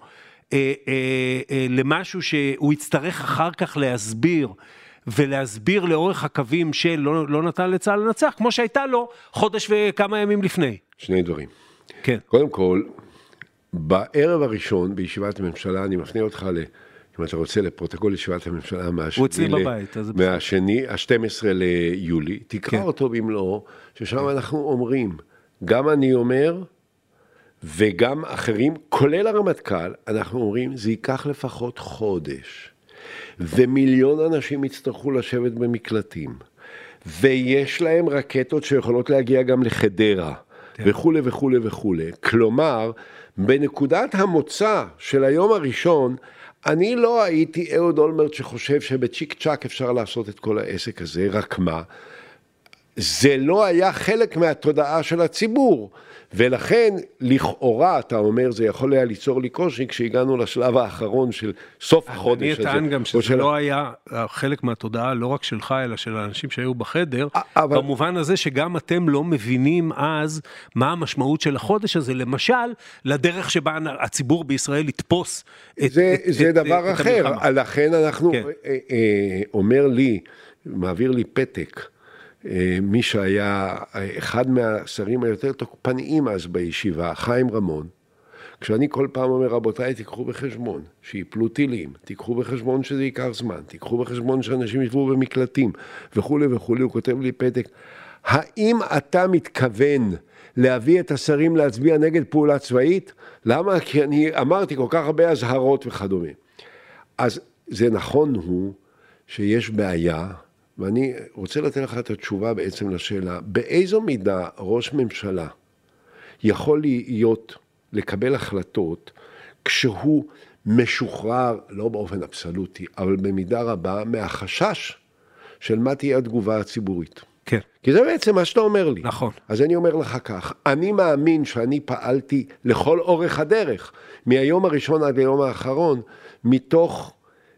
Speaker 1: למשהו שהוא יצטרך אחר כך להסביר, ולהסביר לאורך הקווים של לא, לא נתן לצה"ל לנצח, כמו שהייתה לו חודש וכמה ימים לפני.
Speaker 4: שני דברים.
Speaker 1: כן.
Speaker 4: קודם כל, בערב הראשון בישיבת הממשלה, אני מפנה אותך ל... אם אתה רוצה לפרוטוקול ישיבת הממשלה מהשני,
Speaker 1: בבית,
Speaker 4: ל... מהשני, ה-שנים עשר ליולי, תקרא כן. אותו במלואו, ששם כן. אנחנו אומרים, גם אני אומר, וגם אחרים, כולל הרמטכ"ל, אנחנו אומרים, זה ייקח לפחות חודש, ומיליון אנשים יצטרכו לשבת במקלטים, ויש להם רקטות שיכולות להגיע גם לחדרה, כן. וכו' וכו' וכו'. כלומר, בנקודת המוצא של היום הראשון, אני לא הייתי אהוד אולמרט שחושב שבצ'יק צ'ק אפשר לעשות את כל העסק הזה, רק מה? זה לא היה חלק מהתודעה של הציבור, ולכן לכאורה, אתה אומר, זה יכול היה ליצור לי קושי, כשהגענו לשלב האחרון של סוף החודש הזה.
Speaker 1: אני אטען גם שזה של... לא היה חלק מהתודעה, לא רק שלך, אלא של האנשים שהיו בחדר, אבל... במובן הזה שגם אתם לא מבינים אז מה המשמעות של החודש הזה, למשל, לדרך שבה הציבור בישראל יתפוס את,
Speaker 4: זה,
Speaker 1: את,
Speaker 4: זה
Speaker 1: את,
Speaker 4: דבר
Speaker 1: את
Speaker 4: אחר,
Speaker 1: המלחמה.
Speaker 4: לכן אנחנו, כן. אה, אה, אומר לי, מעביר לי פתק, מי שהיה אחד מהשרים היותר תוקפניים אז בישיבה, חיים רמון, כשאני כל פעם אומר, רבותיי, תיקחו בחשבון שיפלו טילים, תיקחו בחשבון שזה ייקח זמן, תיקחו בחשבון שאנשים ישבו במקלטים, וכו' וכו', הוא כותב לי פתק, האם אתה מתכוון להביא את השרים להצביע נגד פעולה צבאית? למה? כי אני אמרתי כל כך הרבה הזהרות וכדומה. אז זה נכון הוא שיש בעיה, ואני רוצה לתת לך את התשובה בעצם לשאלה, באיזו מידה ראש ממשלה יכול להיות, לקבל החלטות, כשהוא משוחרר, לא באופן אבסולוטי, אבל במידה רבה, מהחשש של מה תהיה התגובה הציבורית.
Speaker 1: כן.
Speaker 4: כי זה בעצם מה שאתה אומר לי.
Speaker 1: נכון.
Speaker 4: אז אני אומר לך כך, אני מאמין שאני פעלתי לכל אורך הדרך, מהיום הראשון עד היום האחרון, מתוך...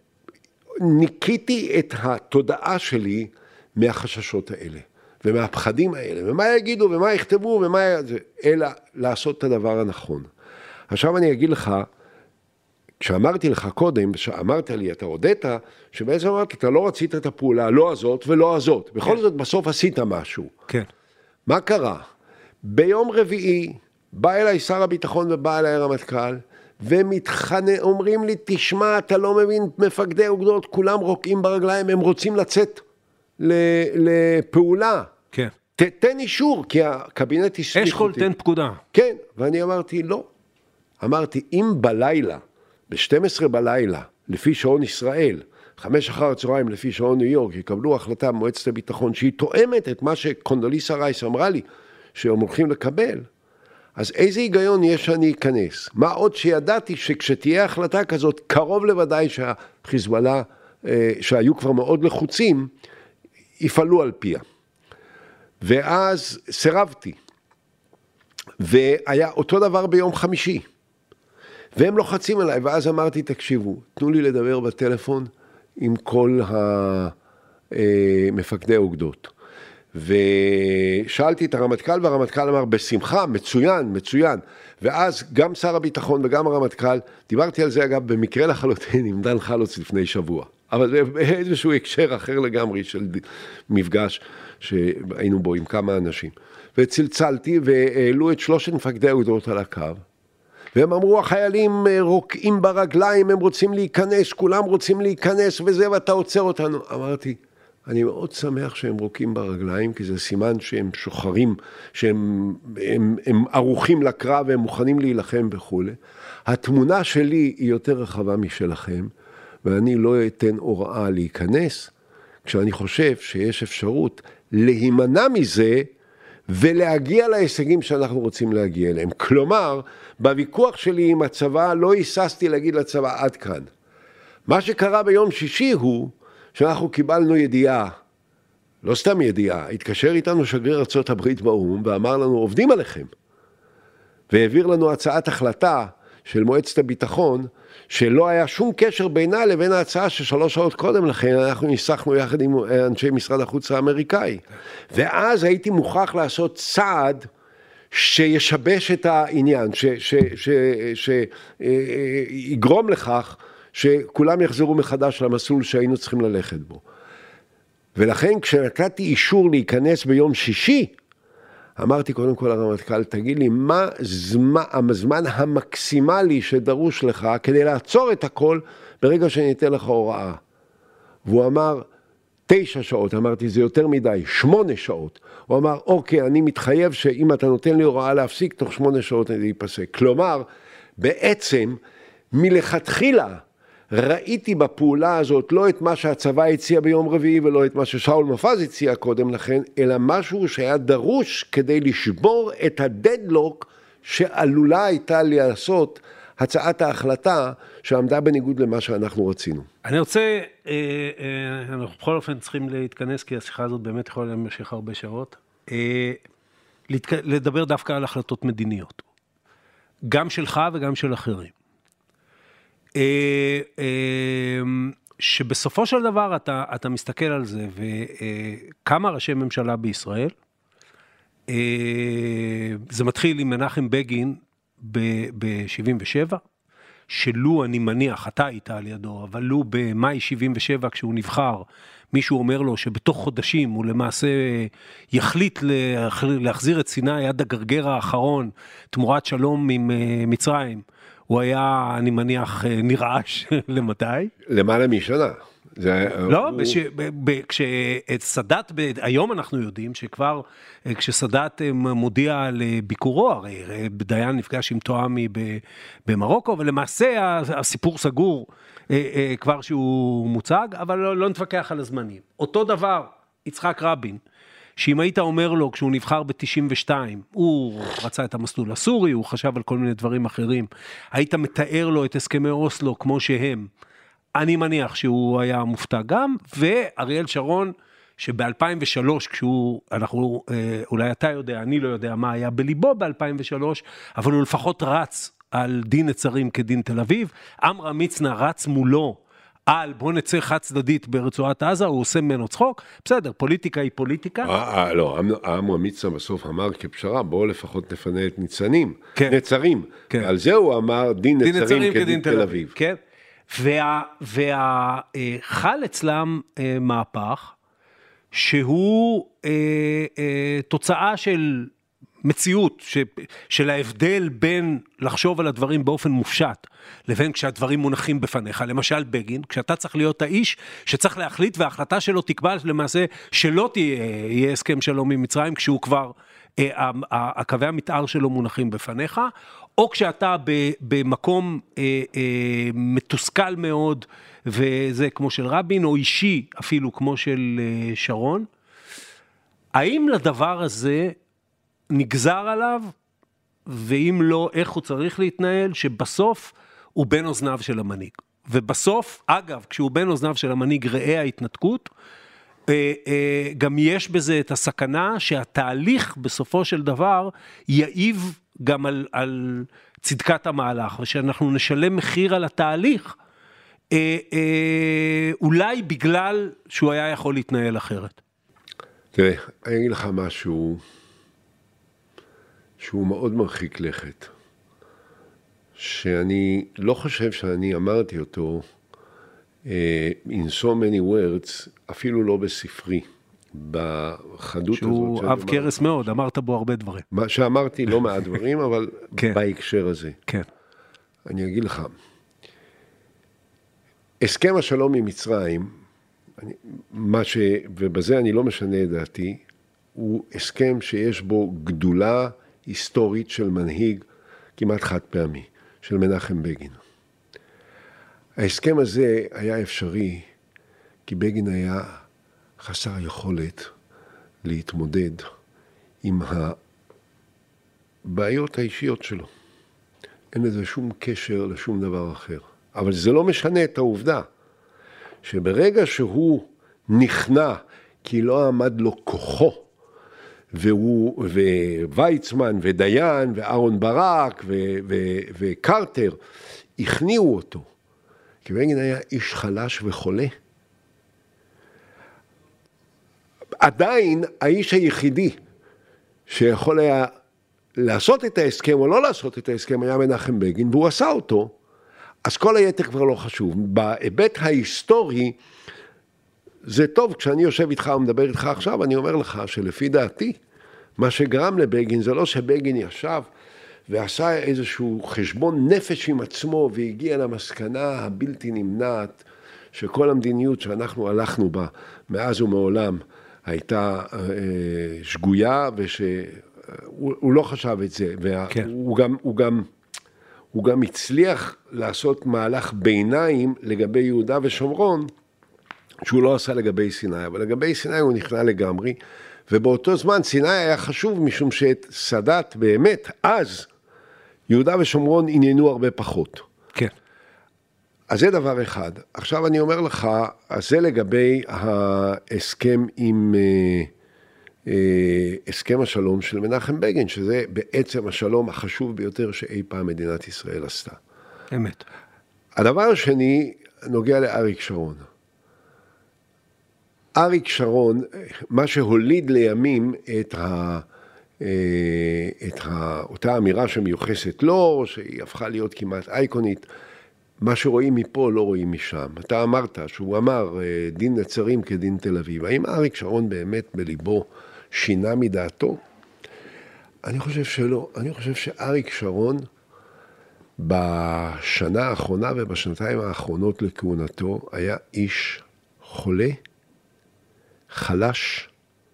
Speaker 4: ניקיתי את התודעה שלי מהחששות האלה, ומהפחדים האלה, ומה יגידו, ומה יכתבו, ומה... אלא לעשות את הדבר הנכון. עכשיו אני אגיד לך, כשאמרתי לך קודם, כשאמרת לי, אתה הודית, שבעצם אמרת, אתה לא רצית את הפעולה, לא הזאת ולא הזאת. בכל כן. זאת, בסוף עשית משהו.
Speaker 1: כן.
Speaker 4: מה קרה? ביום רביעי, בא אליי שר הביטחון ובא אליי הרמטכ"ל, ומתחנה, אומרים לי, תשמע, אתה לא מבין, מפקדי אוגדות, כולם רוקעים ברגליים, הם רוצים לצאת לפעולה.
Speaker 1: כן.
Speaker 4: ת, תן אישור, כי הקבינט הסמיך אותי.
Speaker 1: אשכול תן פקודה.
Speaker 4: כן, ואני אמרתי, לא. אמרתי, אם בלילה, ב-שתים עשרה בלילה, לפי שעון ישראל, חמש אחר הצהריים לפי שעון ניו יורק, יקבלו החלטה במועצת הביטחון, שהיא תואמת את מה שקונדוליסה רייס אמרה לי, שהם הולכים לקבל, אז איזה היגיון יש שאני אכנס? מה עוד שידעתי שכשתהיה החלטה כזאת, קרוב לוודאי שהחיזבאללה, שהיו כבר מאוד לחוצים, יפעלו על פיה. ואז סירבתי. והיה אותו דבר ביום חמישי. והם לוחצים עליי, ואז אמרתי, תקשיבו, תנו לי לדבר בטלפון עם כל המפקדי אוגדות. ושאלתי את הרמטכ"ל, והרמטכ"ל אמר, בשמחה, מצוין, מצוין. ואז גם שר הביטחון וגם הרמטכ"ל, דיברתי על זה אגב במקרה לחלוטין עם דן חלוץ לפני שבוע, אבל באיזשהו הקשר אחר לגמרי של מפגש שהיינו בו עם כמה אנשים. וצלצלתי והעלו את שלושת מפקדי האוגדות על הקו, והם אמרו, החיילים רוקעים ברגליים, הם רוצים להיכנס, כולם רוצים להיכנס וזה, ואתה עוצר אותנו. אמרתי, אני מאוד שמח שהם רוקים ברגליים, כי זה סימן שהם שוחרים, שהם הם, הם ערוכים לקרב, והם מוכנים להילחם וכו'. התמונה שלי היא יותר רחבה משלכם, ואני לא אתן הוראה להיכנס, כשאני חושב שיש אפשרות להימנע מזה, ולהגיע להישגים שאנחנו רוצים להגיע אליהם. כלומר, בוויכוח שלי עם הצבא, לא היססתי להגיד לצבא עד כאן. מה שקרה ביום שישי הוא, שאנחנו קיבלנו ידיעה לא סתם ידיעה, התקשר איתנו שגריר ארצות הברית באו"ם ואמר לנו, עובדים עליכם. והעביר לנו הצעת החלטה של מועצת הביטחון, שלא היה שום קשר בינה לבין ההצעה ששלוש שעות קודם לכן אנחנו ניסחנו יחד עם אנשי משרד החוץ האמריקאי. ואז הייתי מוכרח לעשות צעד שישבש את העניין, שיגרום לכך שכולם יחזרו מחדש למסלול שהיינו צריכים ללכת בו. ולכן כשנתתי אישור להיכנס ביום שישי, אמרתי קודם כל לרמטכ"ל, תגיד לי, מה זמן, הזמן המקסימלי שדרוש לך כדי לעצור את הכל ברגע שאני אתן לך הוראה? והוא אמר, תשע שעות, אמרתי, זה יותר מדי, שמונה שעות. הוא אמר, אוקיי, אני מתחייב שאם אתה נותן לי הוראה להפסיק, תוך שמונה שעות אני ייפסק. כלומר, בעצם, מלכתחילה, ראיתי בפעולה הזאת לא את מה שהצבא הציע ביום רביעי ולא את מה ששאול מופז הציע קודם לכן, אלא משהו שהיה דרוש כדי לשבור את הדדלוק שעלולה הייתה לעשות הצעת ההחלטה שעמדה בניגוד למה שאנחנו רצינו.
Speaker 1: אני רוצה, אנחנו בכל אופן צריכים להתכנס כי השיחה הזאת באמת יכולה להמשיך הרבה שעות, לדבר דווקא על החלטות מדיניות, גם שלך וגם של אחרים. שבסופו של דבר אתה, אתה מסתכל על זה, וכמה ראשי ממשלה בישראל, זה מתחיל עם מנחם בגין ב-שבעים ושבע, שלו אני מניח, אתה היית על ידו, אבל לו במאי שבעים ושבע כשהוא נבחר, מישהו אומר לו שבתוך חודשים הוא למעשה יחליט להחזיר את סיני עד הגרגר האחרון, תמורת שלום עם מצרים, הוא היה, אני מניח, נרעש למתי?
Speaker 4: למעלה משנה.
Speaker 1: לא, כשסדאת, היום אנחנו יודעים שכבר, כשסדאת מודיע על ביקורו, הרי דיין נפגש עם תואמי במרוקו, ולמעשה הסיפור סגור כבר שהוא מוצג, אבל לא נתווכח על הזמנים. אותו דבר, יצחק רבין, שאם היית אומר לו, כשהוא נבחר ב-תשעים ושתיים, הוא רצה את המסלול הסורי, הוא חשב על כל מיני דברים אחרים, היית מתאר לו את הסכמי אוסלו כמו שהם, אני מניח שהוא היה מופתע גם, ואריאל שרון, שב-אלפיים ושלוש, כשהוא, אנחנו, אולי אתה יודע, אני לא יודע מה היה בליבו ב-אלפיים ושלוש, אבל הוא לפחות רץ על דין נצרים כדין תל אביב, עמרם מצנע רץ מולו, על בוא נצא חד צדדית ברצועת עזה, הוא עושה ממנו צחוק, בסדר, פוליטיקה היא פוליטיקה.
Speaker 4: אה, לא, עמרם מצנע בסוף אמר כפשרה, בואו לפחות נפנה את ניצנים, נצרים. על זה הוא אמר דין נצרים כדין תל אביב.
Speaker 1: כן, והחל אצלם מהפך, שהוא תוצאה של מציאות, של ההבדל בין לחשוב על הדברים באופן מופשט, לבין כשהדברים מונחים בפניך, למשל בגין, כשאתה צריך להיות האיש שצריך להחליט, וההחלטה שלו תקבע למעשה שלא תהיה הסכם שלום עם מצרים, כשהוא כבר, הקווי המתאר שלו מונחים בפניך, או כשאתה במקום מתוסכל מאוד, וזה כמו של רבין, או אישי אפילו כמו של שרון, האם לדבר הזה נגזר עליו, ואם לא, איך הוא צריך להתנהל, שבסוף הוא בין אוזניו של המנהיג. ובסוף, אגב, כשהוא בין אוזניו של המנהיג ראה ההתנתקות, גם יש בזה את הסכנה שהתהליך בסופו של דבר יעיב גם על, על צדקת המהלך, ושאנחנו נשלם מחיר על התהליך, אולי בגלל שהוא היה יכול להתנהל אחרת.
Speaker 4: תראה, אני אגיד לך משהו שהוא מאוד מרחיק לכת, שאני לא חושב שאני אמרתי אותו uh, in so many words, אפילו לא בספרי, בחדות
Speaker 1: שהוא
Speaker 4: הזאת.
Speaker 1: שהוא אב קרס מאוד, אמרת בו הרבה דברים.
Speaker 4: מה שאמרתי לא מעט דברים, אבל כן. בהקשר הזה.
Speaker 1: כן.
Speaker 4: אני אגיד לך, הסכם השלום עם מצרים, אני, מה ש, ובזה אני לא משנה את דעתי, הוא הסכם שיש בו גדולה היסטורית של מנהיג כמעט חד פעמי, של מנחם בגין. ההסכם הזה היה אפשרי, כי בגין היה חסר יכולת להתמודד עם הבעיות האישיות שלו. אין לזה שום קשר לשום דבר אחר. אבל זה לא משנה את העובדה, שברגע שהוא נכנע, כי לא עמד לו כוחו, והוא, וויצמן ודיין ואהרון ברק ו, ו, וקרטר הכניעו אותו, כי בגין היה איש חלש וחולה. עדיין האיש היחידי שיכול היה לעשות את ההסכם או לא לעשות את ההסכם היה מנחם בגין, והוא עשה אותו, אז כל היתר כבר לא חשוב. בהיבט ההיסטורי, זה טוב, כשאני יושב איתך ומדבר איתך עכשיו, אני אומר לך שלפי דעתי, מה שגרם לבגין זה לא שבגין ישב ועשה איזשהו חשבון נפש עם עצמו, והגיע למסקנה הבלתי נמנעת, שכל המדיניות שאנחנו הלכנו בה מאז ומעולם, הייתה אה, שגויה, ושהוא הוא לא חשב את זה, והוא כן. גם, הוא גם, הוא גם הצליח לעשות מהלך ביניים לגבי יהודה ושומרון, שהוא לא עשה לגבי סיני, אבל לגבי סיני הוא נכנע לגמרי, ובאותו זמן סיני היה חשוב, משום שאת סאדאת באמת, אז יהודה ושומרון עניינו הרבה פחות. כן. אז זה דבר אחד. עכשיו אני אומר לך, אז זה לגבי ההסכם עם, אה, אה, הסכם השלום של מנחם בגין, שזה בעצם השלום החשוב ביותר שאי פעם מדינת ישראל עשתה.
Speaker 1: אמת.
Speaker 4: הדבר השני נוגע לאריק שרון. אריק שרון, מה שהוליד לימים את ה... את ה... אותה אמירה שמיוחסת לו, שהיא הפכה להיות כמעט אייקונית, מה שרואים מפה לא רואים משם. אתה אמרת שהוא אמר דין נצרים כדין תל אביב. האם אריק שרון באמת בליבו שינה מדעתו? אני חושב שלא. אני חושב שאריק שרון בשנה האחרונה ובשנתיים האחרונות לכהונתו היה איש חולה, חלש,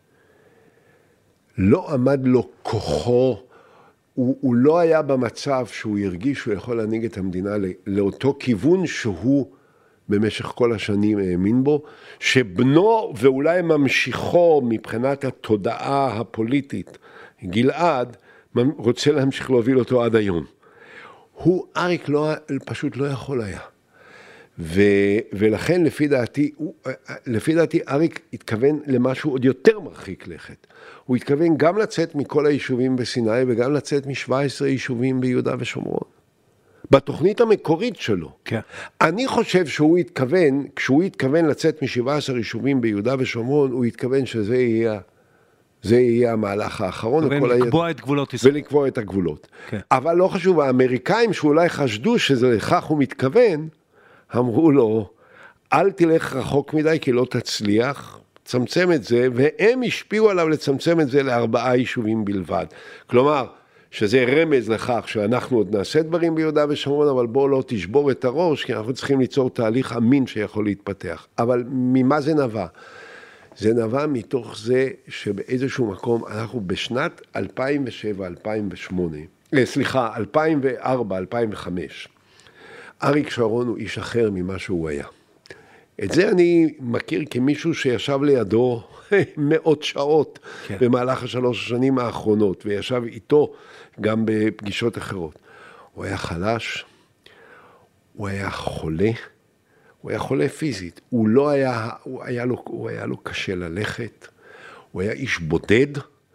Speaker 4: לא עמד לו כוחו, הוא, הוא לא היה במצב שהוא הרגיש שהוא יכול להנהיג את המדינה לאותו כיוון שהוא במשך כל השנים האמין בו, שבנו ואולי ממשיכו מבחינת התודעה הפוליטית, גלעד, רוצה להמשיך להוביל אותו עד היום. הוא, אריק, לא, פשוט לא יכול היה. ו, ולכן לפי דעתי, הוא, לפי דעתי אריק התכוון למשהו עוד יותר מרחיק לכת. הוא התכוון גם לצאת מכל היישובים בסיני וגם לצאת מ-שבעה עשר יישובים ביהודה ושומרון. בתוכנית המקורית שלו. כן. אני חושב שהוא התכוון, כשהוא התכוון לצאת מ-שבעה עשר יישובים ביהודה ושומרון, הוא התכוון שזה יהיה, זה יהיה המהלך האחרון.
Speaker 1: ולקבוע את גבולות ישראל.
Speaker 4: ולקבוע את הגבולות. כן. אבל לא חשוב, האמריקאים שאולי חשדו שזה לכך הוא מתכוון, אמרו לו, אל תלך רחוק מדי כי לא תצליח, צמצם את זה, והם השפיעו עליו לצמצם את זה לארבעה יישובים בלבד. כלומר, שזה רמז לכך שאנחנו עוד נעשה דברים ביהודה ושומרון, אבל בואו לא תשבור את הראש, כי אנחנו צריכים ליצור תהליך אמין שיכול להתפתח. אבל ממה זה נבע? זה נבע מתוך זה שבאיזשהו מקום אנחנו בשנת אלפיים ושבע אלפיים ושמונה, סליחה, אלפיים וארבע אלפיים וחמש, אריק שרון הוא איש אחר ממה שהוא היה. את זה אני מכיר כמישהו שישב לידו מאות שעות כן. במהלך השלוש השנים האחרונות, וישב איתו גם בפגישות אחרות. הוא היה חלש, הוא היה חולה, הוא היה חולה פיזית, הוא לא היה, הוא היה לו, הוא היה לו קשה ללכת, הוא היה איש בודד,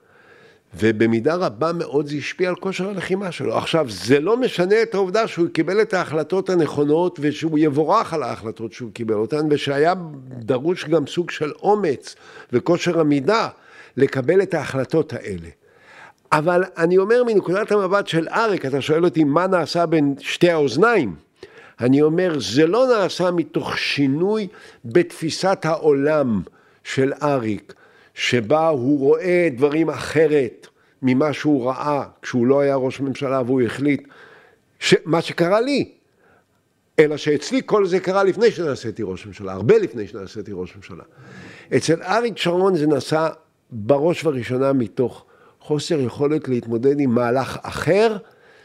Speaker 4: ובמידה רבה מאוד זה השפיע על כושר הלחימה שלו. עכשיו, זה לא משנה את העובדה שהוא קיבל את ההחלטות הנכונות, ושהוא יבורך על ההחלטות שהוא קיבל אותן, ושהיה דרוש גם סוג של אומץ וכושר עמידה לקבל את ההחלטות האלה. אבל אני אומר מנקודת המבט של אריק, אתה שואל אותי מה נעשה בין שתי האוזניים, אני אומר, זה לא נעשה מתוך שינוי בתפיסת העולם של אריק, שבה הוא רואה דברים אחרת ממה שהוא ראה כשהוא לא היה ראש ממשלה והוא החליט ש... מה שקרה לי, אלא שאצלי כל זה קרה לפני שנעשיתי ראש ממשלה, הרבה לפני שנעשיתי ראש ממשלה. אצל אריק שרון זה נעשה בראש וראשונה מתוך חוסר יכולת להתמודד עם מהלך אחר,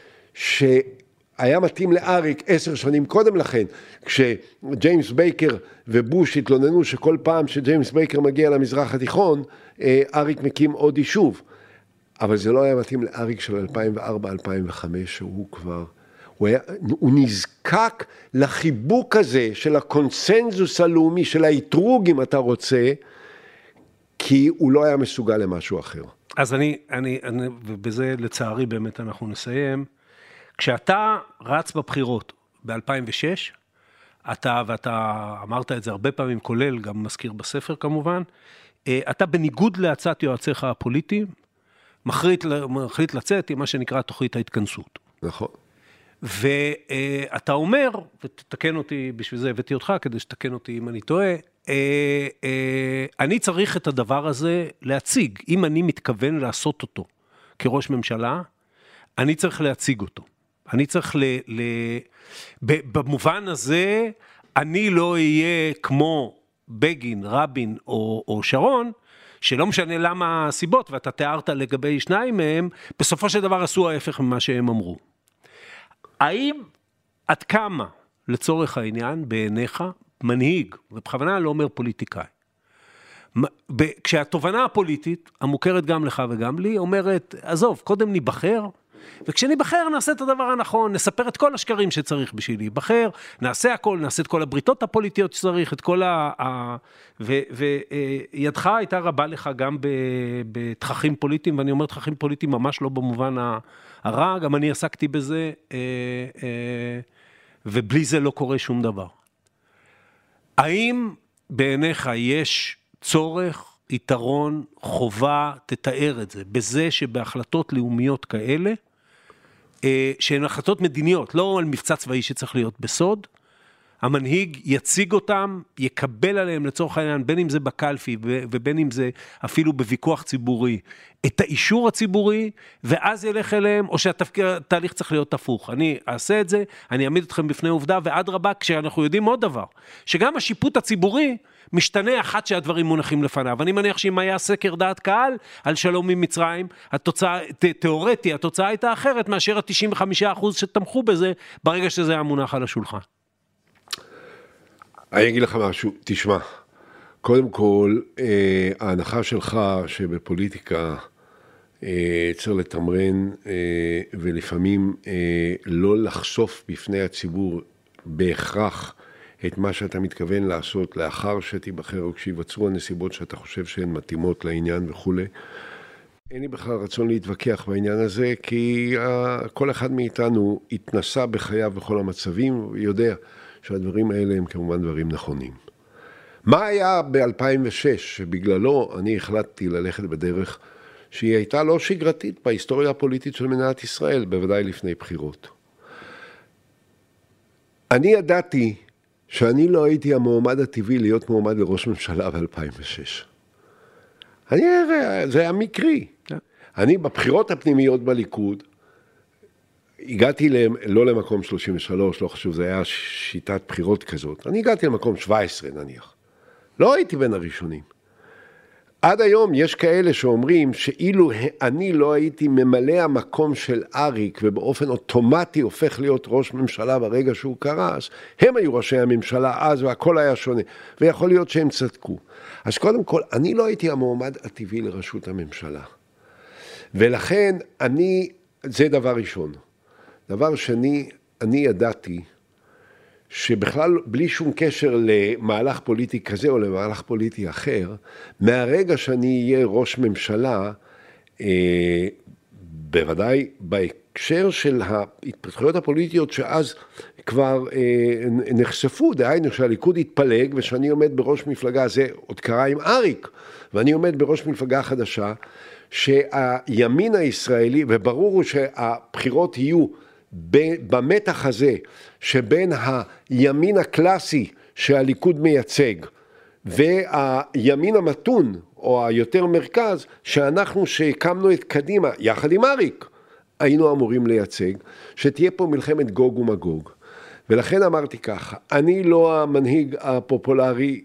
Speaker 4: שהיה מתאים לאריק עשר שנים קודם לכן, כשג'יימס בייקר ובוש התלוננו שכל פעם שג'יימס בייקר מגיע למזרח התיכון, אריק מקים עוד יישוב. אבל זה לא היה מתאים לאריק של אלפיים וארבע אלפיים וחמש, שהוא כבר, הוא, היה, הוא נזקק לחיבוק הזה של הקונסנזוס הלאומי, של האתרוג אם אתה רוצה, כי הוא לא היה מסוגל למשהו אחר.
Speaker 1: אז אני, אני, אני, ובזה לצערי באמת אנחנו נסיים, כשאתה רץ בבחירות ב-אלפיים ושש, אתה, ואתה אמרת את זה הרבה פעמים, כולל, גם מזכיר בספר כמובן, אתה בניגוד להצעת יועציך הפוליטיים, מחליט, מחליט לצאת עם מה שנקרא תוכנית ההתכנסות.
Speaker 4: נכון.
Speaker 1: ואתה אומר, ותתקן אותי, בשביל זה הבאתי אותך, כדי שתקן אותי אם אני טועה, אני צריך את הדבר הזה להציג. אם אני מתכוון לעשות אותו כראש ממשלה, אני צריך להציג אותו. אני צריך ל... ל... במובן הזה, אני לא אהיה כמו בגין, רבין או, או שרון, שלא משנה למה הסיבות, ואתה תיארת לגבי שניים מהם, בסופו של דבר עשו ההפך ממה שהם אמרו. האם עד כמה, לצורך העניין, בעיניך, מנהיג, ובכוונה לא אומר פוליטיקאי, כשהתובנה הפוליטית, המוכרת גם לך וגם לי, אומרת, עזוב, קודם ניבחר, וכשניבחר נעשה את הדבר הנכון, נספר את כל השקרים שצריך בשביל להיבחר, נעשה הכל, נעשה את כל הבריתות הפוליטיות שצריך, את כל ה... וידך הייתה רבה לך גם בתככים פוליטיים, ואני אומר תככים פוליטיים ממש לא במובן הרע, גם אני עסקתי בזה, ובלי זה לא קורה שום דבר. האם בעיניך יש צורך, יתרון, חובה, תתאר את זה, בזה שבהחלטות לאומיות כאלה, שהן החלטות מדיניות, לא על מבצע צבאי שצריך להיות בסוד, המנהיג יציג אותם, יקבל עליהם לצורך העניין, בין אם זה בקלפי ובין אם זה אפילו בוויכוח ציבורי, את האישור הציבורי, ואז ילך אליהם, או שהתהליך צריך להיות הפוך. אני אעשה את זה, אני אעמיד אתכם בפני עובדה, ועד רבה, כשאנחנו יודעים עוד דבר, שגם השיפוט הציבורי משתנה אחת שהדברים מונחים לפניו. אני מניח שאם היה סקר דעת קהל על שלום עם מצרים, התוצאה, תיאורטי, התוצאה הייתה אחרת מאשר ה-תשעים וחמישה אחוז שתמכו בזה, ברגע שזה היה מונח על השולחן.
Speaker 4: אני אגיד לך משהו, תשמע, קודם כל, אה, ההנחה שלך שבפוליטיקה אה, צריך לתמרן אה, ולפעמים אה, לא לחשוף בפני הציבור בהכרח את מה שאתה מתכוון לעשות לאחר שתיבחר או כשיבצרו הנסיבות שאתה חושב שהן מתאימות לעניין וכו'. אין לי בכלל רצון להתווכח בעניין הזה, כי uh, כל אחד מאיתנו התנסה בחייו בכל המצבים, ויודע שהדברים האלה הם כמובן דברים נכונים. מה היה ב-אלפיים ושש שבגללו אני החלטתי ללכת בדרך שהיא הייתה לא שגרתית בהיסטוריה הפוליטית של מדינת ישראל, בוודאי לפני בחירות. אני ידעתי שאני לא הייתי המועמד הטבעי להיות מועמד לראש ממשלה ב-אלפיים ושש. אני, זה היה מקרי. אני בבחירות הפנימיות בליכוד, הגעתי לא למקום שלושים ושלוש, לא חשוב, זה היה שיטת בחירות כזאת. אני הגעתי למקום שבע עשרה נניח. לא הייתי בין הראשונים. עד היום יש כאלה שאומרים שאילו אני לא הייתי ממלא המקום של אריק ובאופן אוטומטי הופך להיות ראש ממשלה ברגע שהוא קרס, הם היו ראשי הממשלה אז והכל היה שונה, ויכול להיות שהם צדקו. אז קודם כל, אני לא הייתי המועמד הטבעי לראשות הממשלה. ולכן אני, זה דבר ראשון. דבר שני, אני ידעתי שבכלל בלי שום קשר למהלך פוליטי כזה או למהלך פוליטי אחר, מהרגע שאני אהיה ראש ממשלה, אה, בוודאי בהקשר של ההתפתחויות הפוליטיות שאז כבר אה, נחשפו, דהיינו שהליכוד התפלג ושאני עומד בראש מפלגה, זה עוד קרה עם אריק, ואני עומד בראש מפלגה חדשה, שהימין הישראלי, וברור הוא שהבחירות יהיו במתח הזה שבין הימין הקלאסי שהליכוד מייצג והימין המתון או היותר מרכז שאנחנו שהקמנו את קדימה יחד עם אריק היינו אמורים לייצג, שתהיה פה מלחמת גוג ומגוג. ולכן אמרתי ככה, אני לא המנהיג הפופולרי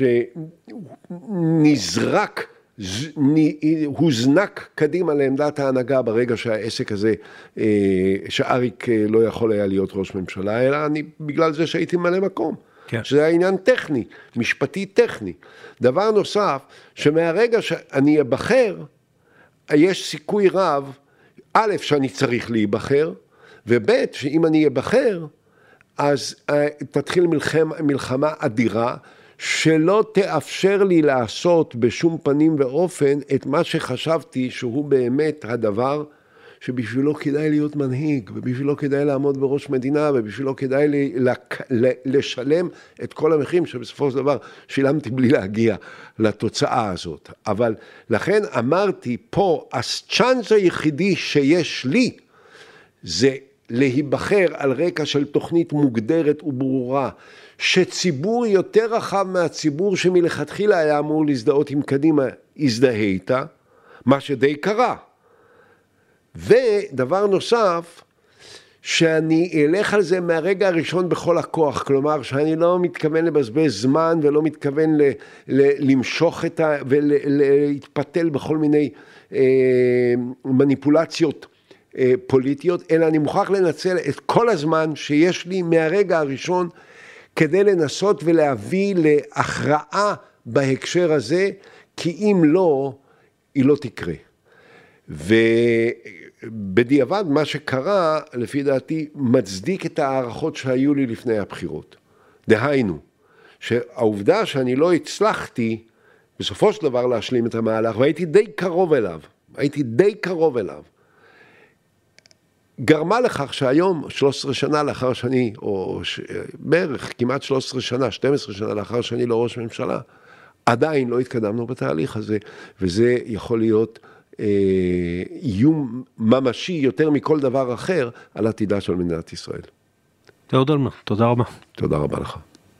Speaker 4: שנזרק הוזנק קדימה לעמדת ההנהגה ברגע שהעסק הזה, שאריק לא יכול היה להיות ראש ממשלה, אלא אני בגלל זה שהייתי מלא מקום. כן. שזה העניין טכני, משפטי טכני. דבר נוסף, שמהרגע שאני אבחר, יש סיכוי רב, א', שאני צריך להיבחר, וב', שאם אני אבחר, אז תתחיל מלחמה, מלחמה אדירה, שלא תאפשר לי לעשות בשום פנים ואופן את מה שחשבתי שהוא באמת הדבר שבשבילו כדאי להיות מנהיג, ובשבילו כדאי לעמוד בראש מדינה, ובשבילו כדאי לשלם את כל המחירים שבסופו של דבר שילמתי בלי להגיע לתוצאה הזאת. אבל לכן אמרתי פה, הצ'אנס היחידי שיש לי, זה להיבחר על רקע של תוכנית מוגדרת וברורה, שציבור יותר רחב מהציבור שמלכתחילה היה אמור להזדהות עם קדימה, הזדהה איתה, מה שדי קרה. ודבר נוסף, שאני אלך על זה מהרגע הראשון בכל הכוח, כלומר שאני לא מתכוון לבזבז זמן ולא מתכוון ל, ל, למשוך את ה... ולהתפתל בכל מיני אה, מניפולציות אה, פוליטיות, אלא אני מוכרח לנצל את כל הזמן שיש לי מהרגע הראשון כדי לנסות ולהביא להכרעה בהקשר הזה, כי אם לא, היא לא תקרה. ובדיעבד מה שקרה, לפי דעתי, מצדיק את הערכות שהיו לי לפני הבחירות. דהיינו, שהעובדה שאני לא הצלחתי בסופו של דבר להשלים את המהלך, והייתי די קרוב אליו, הייתי די קרוב אליו, גרמה לכך שהיום, שלוש עשרה שנה לאחר שאני, או ש... בערך כמעט שלוש עשרה שנה, שתים עשרה שנה לאחר שאני לא ראש ממשלה, עדיין לא התקדמנו בתהליך הזה, וזה יכול להיות איום ממשי יותר מכל דבר אחר על עתידה של מדינת ישראל.
Speaker 1: אהוד אולמרט, תודה רבה.
Speaker 4: תודה רבה לך.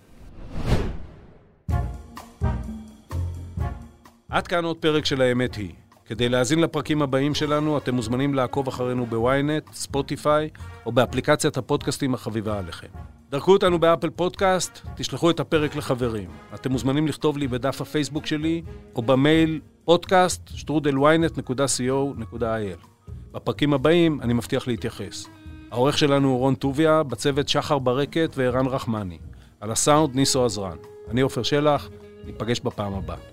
Speaker 1: עד כאן עוד פרק של האמת היא. כדי להאזין לפרקים הבאים שלנו, אתם מוזמנים לעקוב אחרינו בוויינט, ספוטיפיי, או באפליקציית הפודקאסטים החביבה עליכם. דרכו אותנו באפל פודקאסט, תשלחו את הפרק לחברים. אתם מוזמנים לכתוב לי בדף הפייסבוק שלי, או במייל פודקאסט שטרודל וויינט נקודה סי או נקודה איי אל. בפרקים הבאים אני מבטיח להתייחס. העורך שלנו הוא רון טוביה, בצוות שחר ברקת וערן רחמני. על הסאונד ניסו עזרן. אני עופר שלח, ניפגש בפעם הבאה.